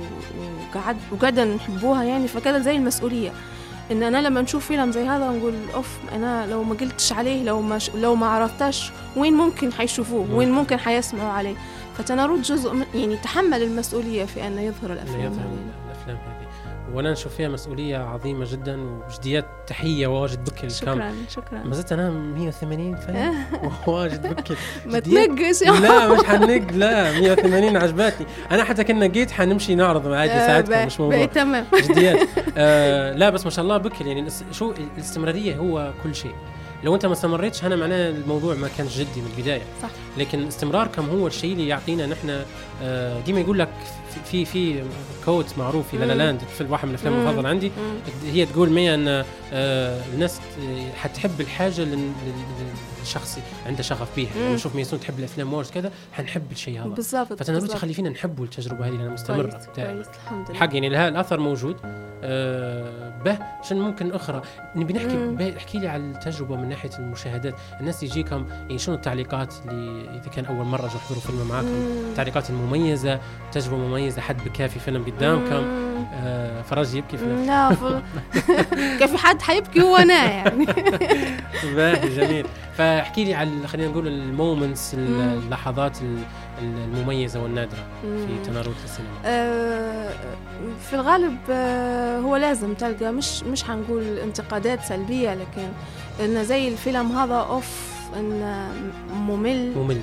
وقعد وقعدنا نحبوها، يعني فكذا زي المسؤولية، إن أنا لما نشوف فيلم زي هذا نقول أوف، أنا لو ما قلتش عليه، لو ما ش... لو ما عرفتش وين ممكن حيشوفوه، وين ممكن حيسمعوا عليه. فتنارد جزء من، يعني تحمل المسؤولية في أن يظهر الأفلام هذه. الأفلام هذه وانا نشوف فيها مسؤولية عظيمة جدا وجديات. تحية واجد بكل. شكرا شكرا. ما زلت انا مية وثمانين فيلم واجد بكل. ما تنقش. لا مش حنق، لا مية وثمانين عجباتني انا. حتى كنا جيت حنمشي نعرض عادي ساعتها، مش موضوع تمام. جديات آه لا بس ما شاء الله بكل. يعني شو الاستمرارية هو كل شيء. لو انت ما استمريتش هنا معناه الموضوع ما كان جدي من البداية. صح. لكن استمراركم هو الشيء اللي يعطينا نحن. آه ديما يقول لك في في كوت معروف في لا لا لاند، في واحد من الافلام المفضله عندي، مم. هي تقول مية ان آه الناس حتحب الحاجه للشخص عنده شغف بيها. لما نشوف يعني ميسون تحب الافلام واجد كذا حنحب الشيء هذا بالضبط. فتنرد تخلي فينا نحبوا التجربه هذه لانها مستمره. الحمد لله. حق يعني لها الاثر موجود. آه به عشان ممكن اخرى نبي نحكي. احكي لي على التجربه من ناحيه المشاهدات. الناس يجيكم يعني شنو التعليقات اللي اذا كان اول مره جو يحضروا فيلم معاكم، التعليقات المميزه، تجربه مميزه، حد بكى في فيلم قدامكم، آه فرج يبكي في لا ف... كيف حد حيبكي هو انا يعني. باهي جميل. فاحكي لي على خلينا نقول المومنتس، اللحظات المميزه والنادره في تنارد السينما. آه في الغالب آه هو لازم تلقى مش مش حنقول انتقادات سلبيه، لكن انه زي الفيلم هذا اوف انه ممل ممل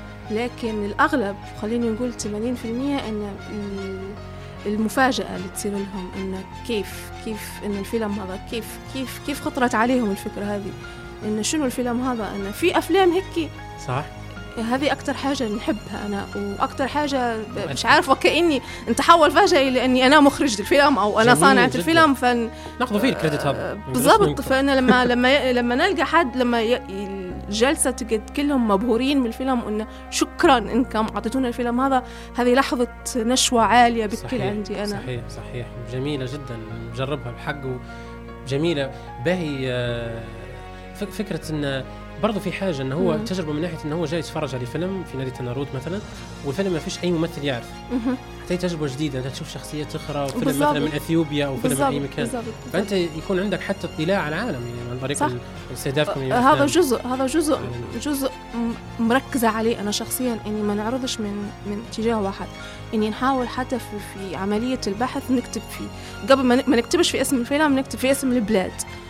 لكن الأغلب خليني نقول ثمانين بالمئة أن المفاجأة اللي تصير لهم إنه كيف كيف إن الفيلم هذا كيف كيف كيف خطرت عليهم الفكرة هذه، إن شنو الفيلم هذا، إن في أفلام هيك صح هذه أكتر حاجة نحبها أنا، وأكتر حاجة مش عارف وكأني نتحول فجأة إلى أني أنا مخرج الفيلم أو أنا صانعة الفيلم، فن ناخذ فيه الكريدت هذا بالضبط. فأنا لما لما لما نلقى حد لما الجلسة تقعد كلهم مبهورين من الفيلم وإنه شكرا إنكم أعطيتونا الفيلم هذا، هذه لحظة نشوة عالية بتكل عندي أنا. صحيح صحيح جميلة جدا، نجربها بحق وجميلة باهي. فكرة إن برضو في حاجة إنه هو مم. تجربة من ناحية إنه هو جاي يتفرج على فيلم في نادي تناروت مثلا، والفيلم ما فيش أي ممثل يعرف، حتى تجربة جديدة أنت تشوف شخصيات أخرى، فيلم بالزبط. مثلا من أثيوبيا أو فيلم من أي مكان، بالزبط. فأنت يكون عندك حتى اطلاع على العالم يعني عن طريق استهدافكم. هذا جزء هذا جزء جزء مركزة عليه أنا شخصيا، إني ما نعرضش من من اتجاه واحد، إني نحاول حتى في, في عملية البحث نكتب فيه قبل ما نكتبش في اسم الفيلم، نكتب في اسم البلاد.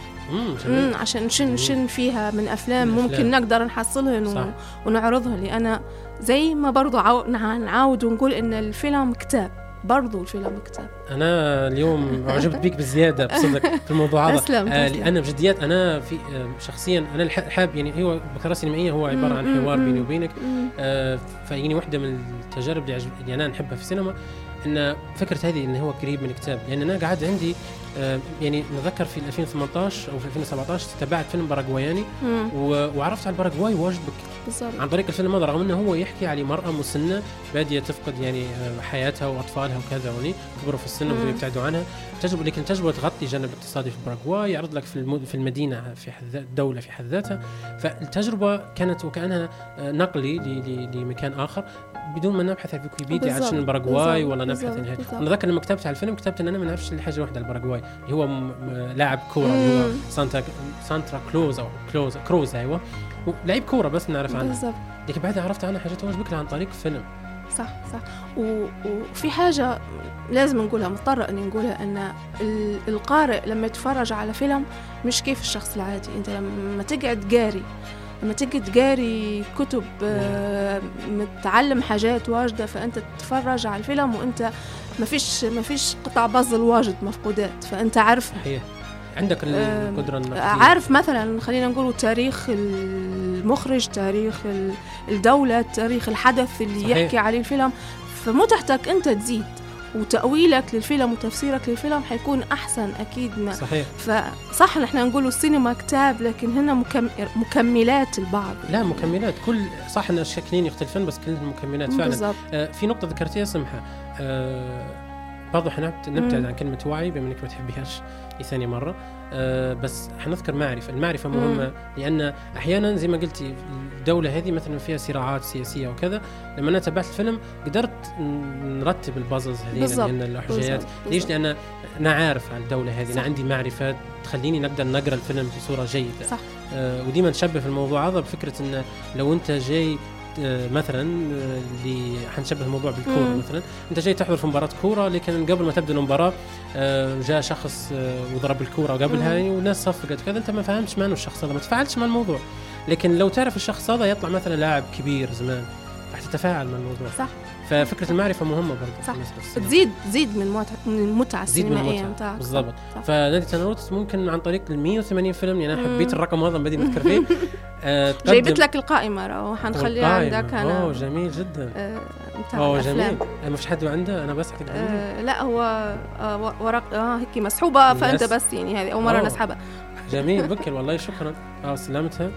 امم عشان نشن شن فيها من افلام من ممكن أفلام. نقدر نحصلها ونعرضها، لأنا زي ما برضو عاو... نعاود ونقول ان الفيلم كتاب، برضو الفيلم كتاب. انا اليوم اعجبت بيك بزياده بصدق في الموضوع هذا. تسلم آه تسلم. لان بجديات انا في آه شخصيا انا حاب يعني هو بكره سينمائيه هو عباره عن حوار بيني وبينك، آه فيعني واحده من التجارب اللي, اللي انا نحبها في السينما ان فكره هذه ان هو قريب من كتاب، لان انا قاعد عندي آه يعني نذكر في ألفين وثمانية عشر او في ألفين وسبعة عشر تابعت فيلم باراغواياني وعرفت على الباراغواي واجد بالضبط عن طريق الفيلم هذا، رغم انه هو يحكي على مرأة مسنة بادية تفقد يعني حياتها واطفالها وكذا، وني كبروا في السن وبدأوا يبتعدوا عنها تجربة، لكن تجربة تغطي جانب اقتصادي في باراغواي، يعرض لك في في المدينة في حد الدولة في حد ذاتها، فالتجربة كانت وكأنها نقلي لمكان آخر بدون ما نبحث في ويكيبيديا عن شنو الباراغواي ولا نبحث عنها. انا ذكر لما كتبت على الفيلم كتبت ان انا ما نعرفش حاجه واحده على الباراغواي اللي هو لاعب كوره اللي هو سانتا سانترا كلوز او كلوز كروز ايوه لعيب كوره بس نعرف عنه بالضبط، لكن بعدها عرفت عنها حاجات واجد بكره عن طريق فيلم. صح صح. وفي حاجه لازم نقولها، مضطره اني نقولها، ان القارئ لما يتفرج على فيلم مش كيف الشخص العادي. انت لما تقعد قاري لما تجد قاري كتب آه متعلم حاجات واجدة، فأنت تتفرج على الفيلم وأنت ما فيش ما فيش قطع بازل واجد مفقودات، فأنت عارف صحيح عندك القدرة آه عارف مثلا خلينا نقول تاريخ المخرج، تاريخ الدولة، تاريخ الحدث اللي صحيح. يحكي عليه الفيلم، فمتعتك أنت تزيد وتأويلك للفيلم وتفسيرك للفيلم حيكون أحسن أكيد. ما صحيح. فصح نحن نقولوا السينما كتاب، لكن هنا مكم... مكملات البعض. لا مكملات كل صح إن الشكلين يختلفون بس كلهم مكملات فعلا. بالزبط. آه في نقطة ذكرتيها سمحة آه برضو حنبتعد عن كلمة وعي بما إنك ما تحبيهاش ثاني مرة، أه بس حنذكر معرفة. المعرفة مهمة مم. لأن أحيانا زي ما قلتي الدولة هذه مثلا فيها صراعات سياسية وكذا، لما أنا تابعت الفيلم قدرت نرتب البازلز هذه لأن الأحجيات ليش؟ لأن أنا عارف عن الدولة هذه، أنا عندي معرفة تخليني نقدر نقرأ الفيلم بصورة جيدة. صح. أه وديما نشبه في الموضوع هذا بفكرة أن لو أنت جاي مثلا اللي حنشبه الموضوع بالكورة مم. مثلا انت جاي تحضر في مباراة كورة، لكن قبل ما تبدأ المباراة جاء شخص وضرب الكورة قبلها والناس صفقت كذا، انت ما فهمتش معنى الشخص هذا، ما تفاعلش مع الموضوع. لكن لو تعرف الشخص هذا يطلع مثلا لاعب كبير زمان راح تتفاعل مع الموضوع. صح. ففكرة المعرفة مهمة برضه. صح. تزيد تزيد من متعة من المتعة السينمائية متاعك. بالضبط. فنادي تناروت ممكن عن طريق ال مية وثمانين فيلم، يعني أنا حبيت الرقم هذا بدي نذكر فيه. آه جايبت لك القائمة راهو حنخليها عندك أنا. أوه جميل جدا. آه أوه جميل. ما فيش حد عنده أنا بس حتى آه لا هو آه ورق آه هيك مسحوبة فأنت بس يعني هذه أول مرة نسحبها. جميل بكر والله شكرا. آه سلامتها.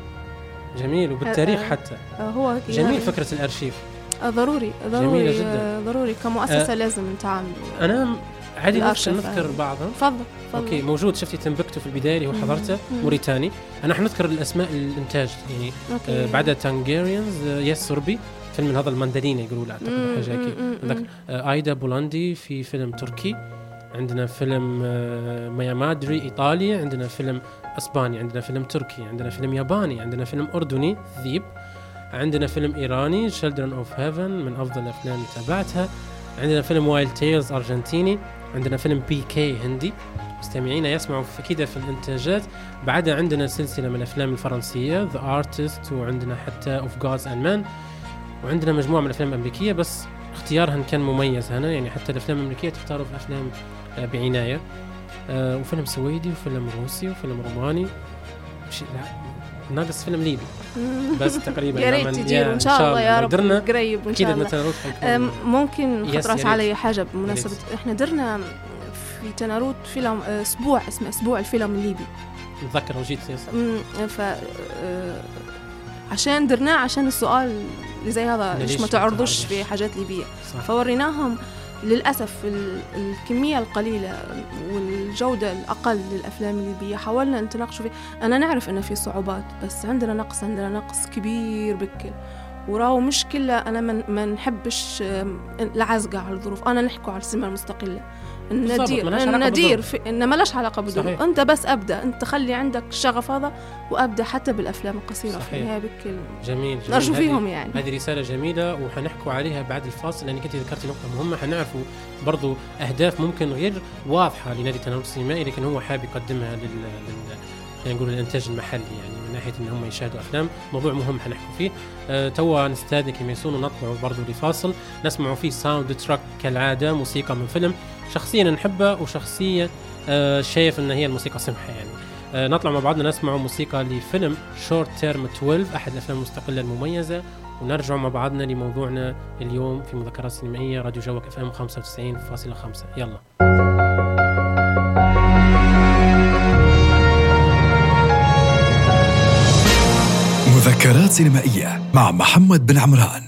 جميل وبالتاريخ حتى. آه هو جميل فكرة الأرشيف. ضروري ضروري جدا. ضروري كمؤسسة أه لازم نتعامل. أنا عادي نفس نذكر بعضها. تفضل. اوكي موجود شفتي تنبكتو في البدايه اللي هو حضرته موريتاني. انا حنذكر الاسماء الانتاج يعني آه بعد تانجيريانز آه يس سوربي فيلم هذا الماندرين يقولوا له اعتقد حاجه هيك. عندك آه ايدا بولندي في فيلم تركي، عندنا فيلم آه ميامادري ايطالي، عندنا فيلم اسباني، عندنا فيلم تركي، عندنا فيلم ياباني، عندنا فيلم اردني ذيب، عندنا فيلم إيراني Children of Heaven من أفضل الأفلام اللي تابعتها، عندنا فيلم وايلد تيلز أرجنتيني، عندنا فيلم بي كي هندي. مستمعينا يسمعوا أكيد في الإنتاجات. بعدها عندنا سلسلة من الأفلام الفرنسية The Artist، وعندنا حتى Of Gods and Men، وعندنا مجموعة من الأفلام الأمريكية بس اختيارها كان مميز هنا، يعني حتى الأفلام الأمريكية تختاروا في أفلام بعناية. آه وفيلم سويدي وفيلم روسي وفيلم روماني. ناقص فيلم ليبي بس تقريبا. يا ريت تجيروا ان شاء الله يا رب درنا قريب ان شاء الله. ممكن خطرت علي حاجه بمناسبه احنا درنا في تناروت فيلم اسبوع اسمه اسبوع الفيلم الليبي، نتذكر وجيت ف عشان درناه عشان السؤال اللي زي هذا ليش ما تعرضوش في حاجات ليبيه. صح. فوريناهم للأسف الكمية القليلة والجودة الأقل للأفلام الليبية، حاولنا نتناقش فيه. أنا نعرف أن في صعوبات بس عندنا نقص عندنا نقص كبير بكل، وراو مشكلة. أنا ما نحبش العزقة على الظروف، أنا نحكوا على السينما المستقلة الندير الندير في إن ما لش علاقة بالظروف. أنت بس أبدأ، أنت خلي عندك الشغف هذا وأبدأ حتى بالأفلام القصيرة في النهاية بكل. جميل, جميل. نرجو فيهم يعني. هذه رسالة جميلة وحنحكوا عليها بعد الفاصل، لأنك أنت ذكرتي نقطة مهمة. حنعرفوا برضو أهداف ممكن غير واضحة لنادي تناروت السينمائي، لكن هو حاب يقدمها لل, لل... يعني نقول الإنتاج المحلي، يعني من ناحية إن هم يشاهدوا أفلام. موضوع مهم حنحكوا فيه. أه توا نستاذنك يميسون ونطلعوا برضو لفاصل نسمعوا فيه ساوند تراك كالعادة، موسيقى من فيلم شخصيا نحبها وشخصيا أه شايف إن هي الموسيقى سمحة يعني. أه نطلع مع بعضنا نسمعوا موسيقى لفيلم شورت تيرم اثنا عشر، أحد الأفلام المستقلة المميزة، ونرجع مع بعضنا لموضوعنا اليوم في مذكرات سينمائية راديو جوك اف ام خمسة وتسعين فاصلة خمسة. يلا. مذكرات سينمائية مع محمد بن عمران.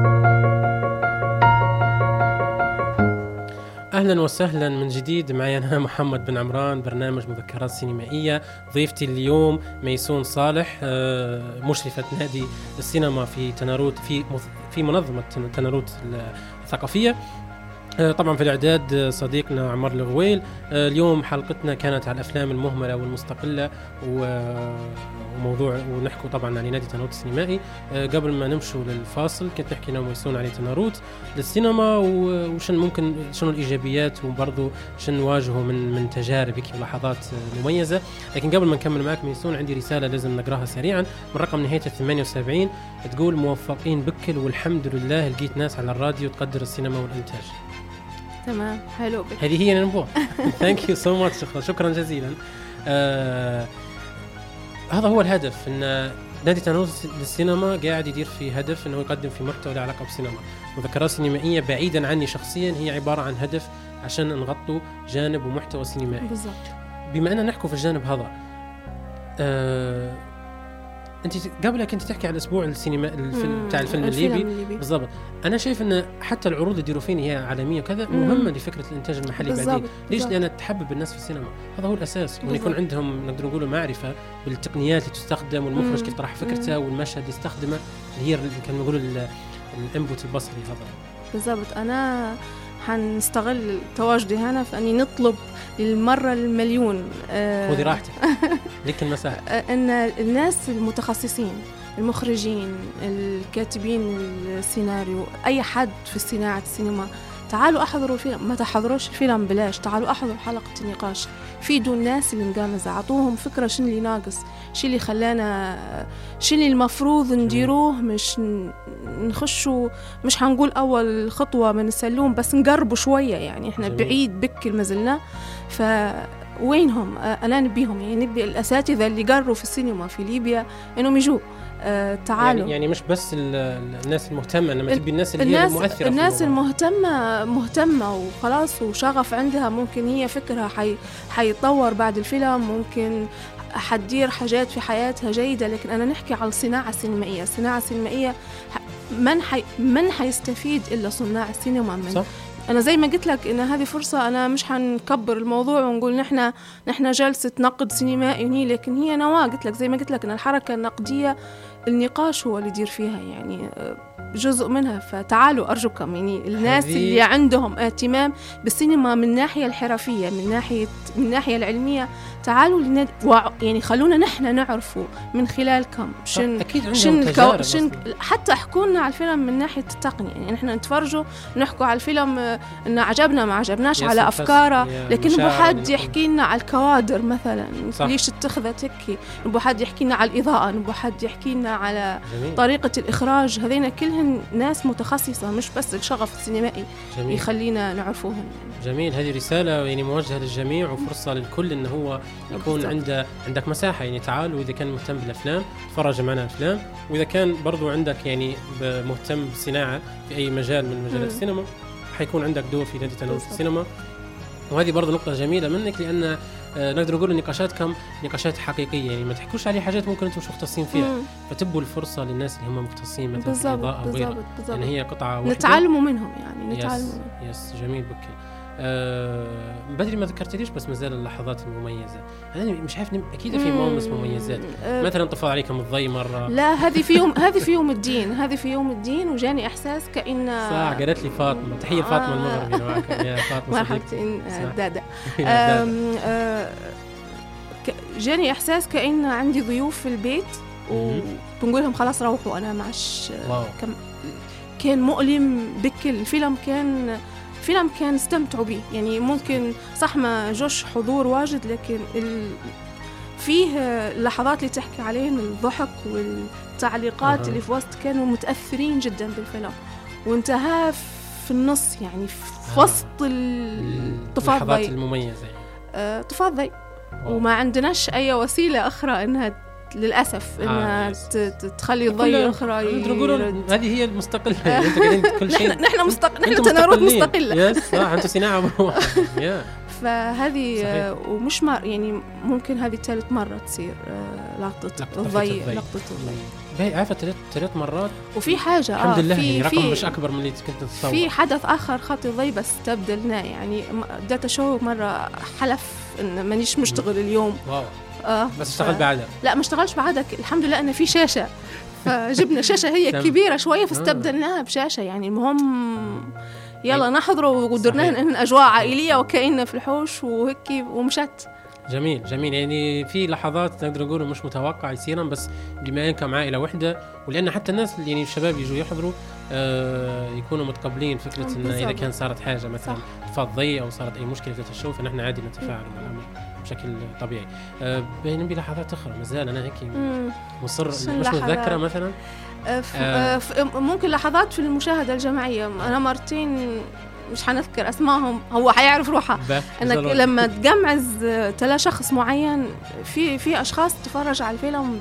أهلا وسهلا من جديد، معي أنا محمد بن عمران، برنامج مذكرات سينمائية. ضيفتي اليوم ميسون صالح، مشرفة نادي السينما في تناروت، في في منظمة تناروت الثقافية. طبعا في الإعداد صديقنا عمر الغويل. اليوم حلقتنا كانت على الأفلام المهملة والمستقلة وموضوع، ونحكوا طبعا عن نادي تناروت السينمائي. قبل ما نمشوا للفاصل كنت نحكي لهم ويسون على تناروت للسينما وشن ممكن شنو الإيجابيات وبرضو شن نواجهه من من تجاربك ولحظات مميزة. لكن قبل ما نكمل معك ميسون عندي رسالة لازم نقراها سريعا من رقم نهاية ثمانية وسبعين، تقول موفقين بكل والحمد لله لقيت ناس على الراديو تقدر السينما والإنتاج. تمام، حلو بك. هذه هي نبوة. ثانك يو سو ماتش، شكرا جزيلا. آه هذا هو الهدف، ان نادي تناروت للسينما قاعد يدير في هدف انه يقدم في محتوى له علاقه بالسينما. مذكرات سينمائيه بعيدا عني شخصيا هي عباره عن هدف عشان نغطوا جانب ومحتوى سينمائي. بالضبط. بما أننا نحكوا في الجانب هذا، آه انت قبل كنت تحكي على الاسبوع السينما الفيلم بتاع الفيلم الليبي, الليبي. بالضبط. انا شايف ان حتى العروض اللي يديروا فين هي عالميه وكذا مهمه لفكره الانتاج المحلي بعدين. ليش؟ لان تحبب الناس في السينما، هذا هو الاساس، وان يكون عندهم نقدر نقول معرفه بالتقنيات اللي تستخدم والمخرج كيف طرح فكرته والمشهد اللي يستخدمه اللي هي كان نقول الانبوت البصري هذا. بالضبط. انا حنستغل تواجدي هنا فاني نطلب للمرة المليون آه خذي راحتك لك المساحة آه ان الناس المتخصصين، المخرجين، الكاتبين السيناريو، اي حد في صناعة السينما، تعالوا احضروا الفيلم. ما تحضروش الفيلم بلاش، تعالوا احضروا حلقة النقاش، فيدوا الناس اللي مقامزة، اعطوهم فكرة شنو اللي ناقص، شو اللي خلانا، شو اللي المفروض نديروه، مش نخشوا، مش هنقول اول خطوة من السلوم بس نقربوا شوية، يعني احنا جميل. بعيد بك المزلنا. فوينهم؟ انا نبيهم، يعني نبي الاساتذة اللي قروا في السينما في ليبيا انهم يجوا. آه تعالوا. يعني, يعني مش بس الناس المهتمة، انما تبي الناس اللي الناس هي المؤثرة، الناس المهتمة مهتمة وخلاص وشغف عندها، ممكن هي فكرها حي حيطور بعد الفيلم، ممكن حتدير حاجات في حياتها جيدة. لكن أنا نحكي على الصناعة السينمائية. الصناعة السينمائية من حي من حيستفيد إلا صناع السينما من. صح. أنا زي ما قلت لك إن هذه فرصة، أنا مش حنكبر الموضوع ونقول نحن نحن جلسة نقد سينمائي، لكن هي نواة. قلت لك زي ما قلت لك إن الحركة النقدية النقاش هو اللي يدير فيها، يعني جزء منها. فتعالوا أرجوكم، يعني الناس حبيب. اللي عندهم اهتمام بالسينما من الناحية الحرفية، من ناحية من الناحية العلمية، تعالوا لند... وع... يعني خلونا نحن نعرفوا من خلالكم شن شن, الكو... شن حتى احكوا لنا على الفيلم من ناحية التقنية، يعني نحن نتفرجوا نحكوا على الفيلم إن عجبنا ما عجبناش على أفكاره، لكن نبغى حد يحكي لنا على الكوادر مثلا، صح. ليش اتخذت هيك، نبغى حد يحكي لنا على الإضاءة، نبغى حد يحكي لنا على جميل. طريقة الإخراج، هذين كلهن ناس متخصصة مش بس الشغف السينمائي جميل. يخلينا نعرفوهن. جميل. هذه رسالة يعني موجهة للجميع وفرصة للكل إنه هو يكون بالضبط. عنده عندك مساحة، يعني تعال، وإذا كان مهتم بالأفلام تفرج معنا أفلام، وإذا كان برضو عندك يعني مهتم بالصناعة في أي مجال من مجالات السينما حيكون عندك دور في نادي تناول السينما. وهذه برضو نقطة جميلة منك، لأن آه نقدر نقول النقاشات كم نقاشات حقيقية، يعني ما تحكوش عليه حاجات ممكن أنتم مش مختصين فيها، مم. فتبوا الفرصة للناس اللي هم مختصين مثلا في بالضبط الإضاءة أو غيرها، بالضبط يعني هي قطعة واحدة نتعلموا منهم، يعني يس نتعلموا يس جميل بكي. أه بدري ما ذكرتليش بس مازال اللحظات المميزة، أنا مش عارف، اكيد في مامس مميزات، أه مثلا طفى عليكم الضي مرة. لا هذه في يوم هذه في يوم الدين هذه في يوم الدين وجاني احساس كأن صح، قالت لي فاطمة، تحية فاطمة المغربي معك يا فاطمة مرحبتين دادا. أه جاني احساس كأن عندي ضيوف في البيت وبنقول لهم خلاص روحوا انا معش. كم كان مؤلم بكل الفيلم، كان فيلم كان استمتعوا به، يعني ممكن صح ما جوش حضور واجد لكن ال... فيه اللحظات اللي تحكي عليهن الضحك والتعليقات أه. اللي في وسط كانوا متأثرين جدا بالفيلم، وانتهى في النص يعني في وسط أه. الطفاة اللحظات المميزة يعني. أه طفاة ضي، وما عندناش أي وسيلة أخرى إنها للأسف إنها آه تخلي الضي أخرى يرد. هذه هي المستقلة يعني أنت قاعدين كل شيء نحن نحن مستق... نحن تناروت مستقلة. يس صح، أنتوا صناعة بروحها. فهذه آه ومش مر يعني ممكن هذه ثالث مرة تصير آه لقطة الضي لقطة الضي باهي عارفة ثلاث ثلاث مرات. وفي حاجة الحمد آه لله في رقم في مش أكبر من اللي كنت تتصور. في حدث آخر خاطر الضي بس تبدلناه، يعني داتا شو مرة حلف إن مانيش مشتغل اليوم. واو. آه بس اشتغل بعدها؟ لا ما اشتغلش بعدها، الحمد لله أن في شاشة، فجبنا شاشة هي كبيرة شوية فاستبدلناها بشاشة، يعني المهم يلا نحضره ودرناها إن أجواء عائلية وكأننا في الحوش وهيك ومشت. جميل جميل. يعني في لحظات نقدر نقول مش متوقع يصيرا بس بما كم عائلة واحدة، ولأن حتى الناس يعني الشباب يجوا يحضروا آه يكونوا متقبلين فكرة إن إذا كان صارت حاجة مثلا تفضي أو صارت أي مشكلة في الشو فنحن عادي نتفاعل مع الأمر بشكل طبيعي. أه بين بلحظات أخرى مازال أنا هيك مصر مش متذكرة مثلا. أه ممكن لحظات في المشاهدة الجماعية أنا مرتين مش حنذكر أسمائهم، هو حيعرف روحه أنك لما تجمعز تلا شخص معين في في أشخاص تفرج على الفيلم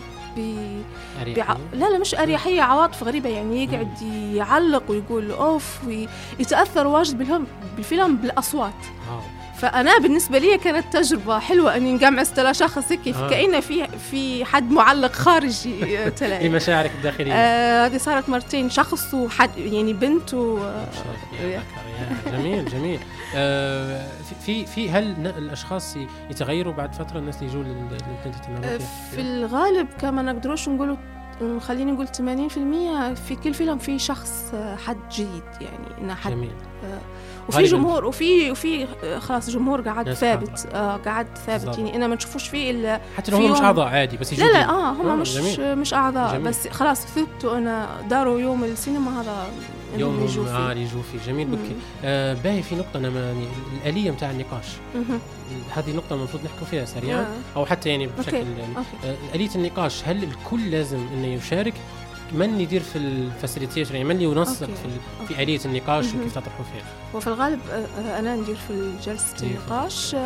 بع... لا لا مش أريحية، عواطف غريبة، يعني يقعد يعلق ويقول أوف ويتأثر واجد بالفيلم بالفيلم بالأصوات. فأنا بالنسبة لي كانت تجربة حلوة أني نجمع ستلا شخص هيك آه. كأنه في في حد معلق خارجي تلاقي. في مشاعرك الداخلية. هذه آه صارت مرتين، شخص وحد يعني بنت و. يا جميل جميل. آه في في هل الأشخاص يتغيروا بعد فترة الناس اللي يجوا للتناول؟ في الغالب كما نقدروش نقولوا خليني نقول ثمانين بالمئة في كل فيلم في شخص حد جديد، يعني إنه حد. جميل. آه وفي جمهور وفي وفي خلاص جمهور قاعد ثابت آه قاعد ثابت بالضبط. يعني انا ما نشوفوش فيه الا حتى لو هم مش اعضاء عادي بس يجوا. لا لا اه هم آه مش جميل. مش اعضاء جميل. بس خلاص ثبتوا انا داروا يوم السينما هذا يوم يجوا فيه. اه يجوا فيه جميل بكي. آه باهي في نقطه انا يعني الاليه نتاع النقاش هذه نقطه المفروض نحكوا فيها سريعا آه. او حتى يعني بشكل أوكي. يعني آه اليه النقاش هل الكل لازم انه يشارك؟ من يدير في الفاسيليتيشن، يعني من اللي ينسق في في آلية النقاش وكيف تطرحوا فيها؟ وفي الغالب أنا ندير في جلسة النقاش.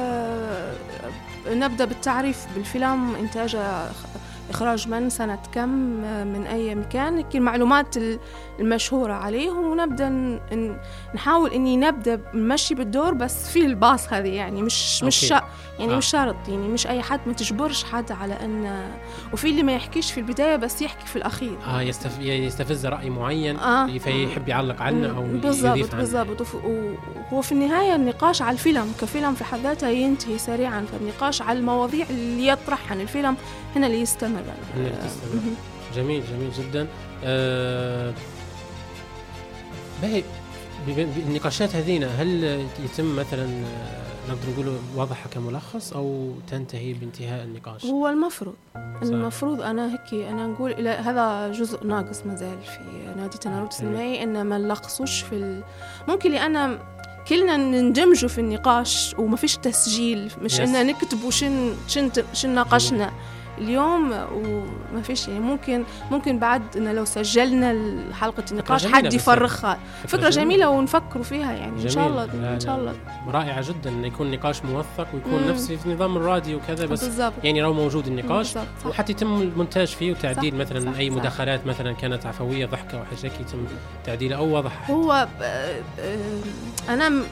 نبدأ بالتعريف بالفيلم، إنتاجه إخراج من، سنة كم، من أي مكان، المعلومات المشهورة عليه، ونبدأ نحاول إني نبدأ نمشي بالدور بس فيه الباص هذه، يعني مش مش شا يعني آه. مش شرط، يعني مش أي حد، ما تجبرش حد على أن، وفي اللي ما يحكيش في البداية بس يحكي في الأخير آه يستف... يستفز رأي معين آه. فيحب يعلق عنه أو بالضبط يضيف عنه. بالضبط. وهو في النهاية النقاش على الفيلم كفيلم في حد ذاته ينتهي سريعا، فالنقاش على المواضيع اللي يطرح عن الفيلم هنا اللي يستمر. جميل جميل جدا. أه... باهي النقاشات هذينا هل يتم مثلا نقدر نقول وضعها كملخص أو تنتهي بانتهاء النقاش؟ هو المفروض صح. المفروض أنا هيك أنا نقول إلى هذا جزء ناقص مازال في نادي تناول السينمائي، إن ما نلخصوش في ال... ممكن لأن كلنا نندمجوا في النقاش وما فيش تسجيل، مش إن نكتب وشن شن شن ناقشنا، اليوم وما فيش يعني ممكن ممكن بعد إن لو سجلنا حلقة النقاش حد يفرخها. فكرة, فكرة جميلة, جميلة ونفكروا فيها يعني جميل. إن شاء الله لا إن شاء الله رائعة جدا إن يكون نقاش موثق ويكون مم. نفس في نظام الراديو وكذا بس بالزبط. يعني لو موجود النقاش وحتى يتم المونتاج فيه وتعديل صح. مثلا صح. أي صح. مداخلات مثلا كانت عفوية ضحكة أو حاجة يتم تعديلها أو وضح. هو أنا م...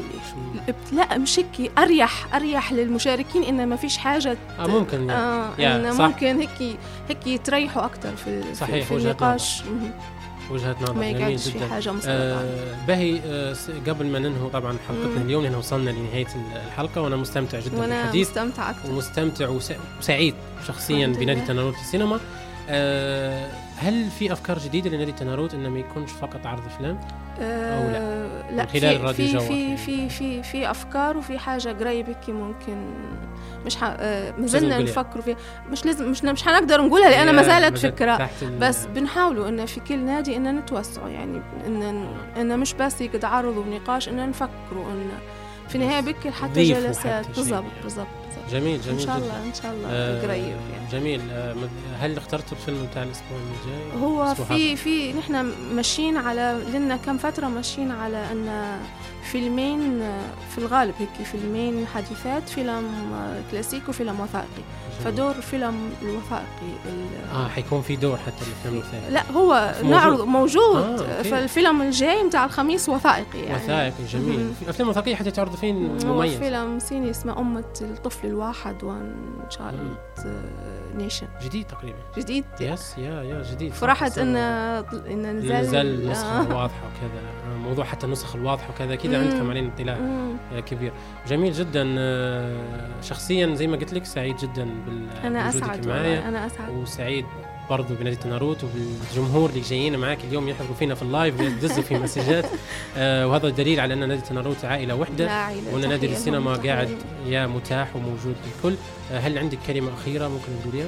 لا مش هيك أريح أريح للمشاركين إن ما فيش حاجة آه ممكن يعني آه ممكن هيك هيك يتريحوا أكتر في صحيح في النقاش. وجهة نظر ما جميل جدا. حاجة آه باهي آه قبل ما ننهي طبعا حلقتنا مم. اليوم لأنه وصلنا لنهاية الحلقة وأنا مستمتع جدا وأنا بالحديث مستمتع أكتر ومستمتع وسعيد شخصيا بنادي تناروت السينما. آه هل في أفكار جديدة لنادي تناروت إنه ما يكونش فقط عرض أفلام أو لا؟ لا من خلال الراديو في جوك في يعني. في في في أفكار وفي حاجة قريبة كي ممكن مش ح... ما زلنا نفكر فيها مش لازم مش مش حنقدر نقولها لأن ما زالت فكرة بس بنحاولوا إن في كل نادي إن نتوسع يعني إن إن مش بس يقعد عرض ونقاش إن نفكروا إن في النهاية بكل حتى جلسات بالضبط بالضبط. جميل جميل إن شاء جدا. الله إن شاء الله آه قريب يعني. جميل. آه هل اخترت الفيلم بتاع الأسبوع الجاي؟ هو في في نحن ماشيين على لنا كم فترة ماشيين على أن فيلمين في الغالب هيك فيلمين حديثات فيلم كلاسيك وفيلم وثائقي. فدور فيلم الوثائقي اه حيكون في دور حتى الفيلم الوثائقي. لا هو موجود. نعرض موجود آه، فالفيلم الجاي متاع الخميس وثائقي يعني. وثائقي جميل. الافلام الوثائقيه حتى تعرض فين مميز. فيلم صيني اسمه أمة الطفل الواحد وان تشايلد نيشن. جديد تقريبا. جديد. يس يا يا جديد. فرحت ان ان نزل نزل نسخه آه. واضحه وكذا. موضوع حتى النسخ الواضحه وكذا كذا عندكم علينا اطلاع كبير. جميل جدا. شخصيا زي ما قلت لك سعيد جدا أنا أسعد معايا. أنا أسعد وسعيد برضو بنادي تناروت وبالجمهور اللي جايين معاك اليوم يحضروا فينا في اللايف يدزوا في مسجات. آه وهذا دليل على أن نادي تناروت عائلة وحدة وأن نادي السينما قاعد يا متاح وموجود للكل. آه هل عندك كلمة أخيرة ممكن تقوليها؟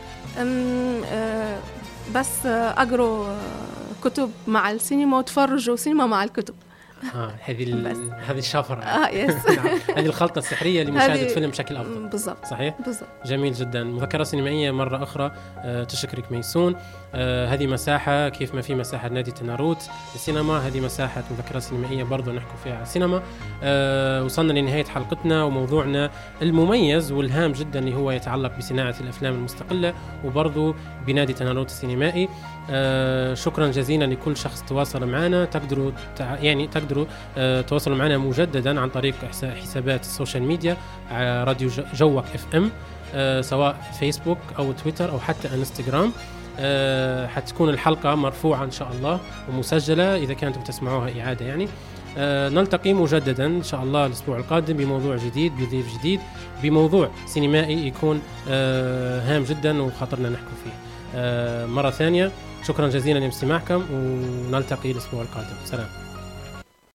آه بس أقرأ كتب مع السينما وتفرجوا سينما مع الكتب. اه هذه هذه الشفرة اه يس هذه الخلطة السحرية لمشاهدة فيلم بشكل أفضل. بالضبط صحيح بالضبط. جميل جدا. مذكرة سينمائية مرة أخرى. آه تشكرك ميسون. آه هذه مساحة كيف ما في مساحة نادي تناروت السينما هذه مساحة مذكرة سينمائية برضو نحكوا فيها على السينما. آه وصلنا لنهاية حلقتنا وموضوعنا المميز والهام جدا اللي هو يتعلق بصناعة الأفلام المستقلة وبرضو بنادي تناروت السينمائي. آه شكرا جزيلا لكل شخص تواصل معنا. تقدروا تع... يعني تقدروا آه تواصلوا معنا مجددا عن طريق حسابات السوشيال ميديا على راديو جوك اف ام آه سواء فيسبوك او تويتر او حتى انستغرام. آه حتكون الحلقة مرفوعة ان شاء الله ومسجلة اذا كنتم تسمعوها اعادة يعني. آه نلتقي مجددا ان شاء الله الاسبوع القادم بموضوع جديد بضيف جديد بموضوع سينمائي يكون آه هام جدا وخاطرنا نحكوا فيه. آه مرة ثانية شكرا جزيلا لاستماعكم ونلتقي الأسبوع القادم. سلام.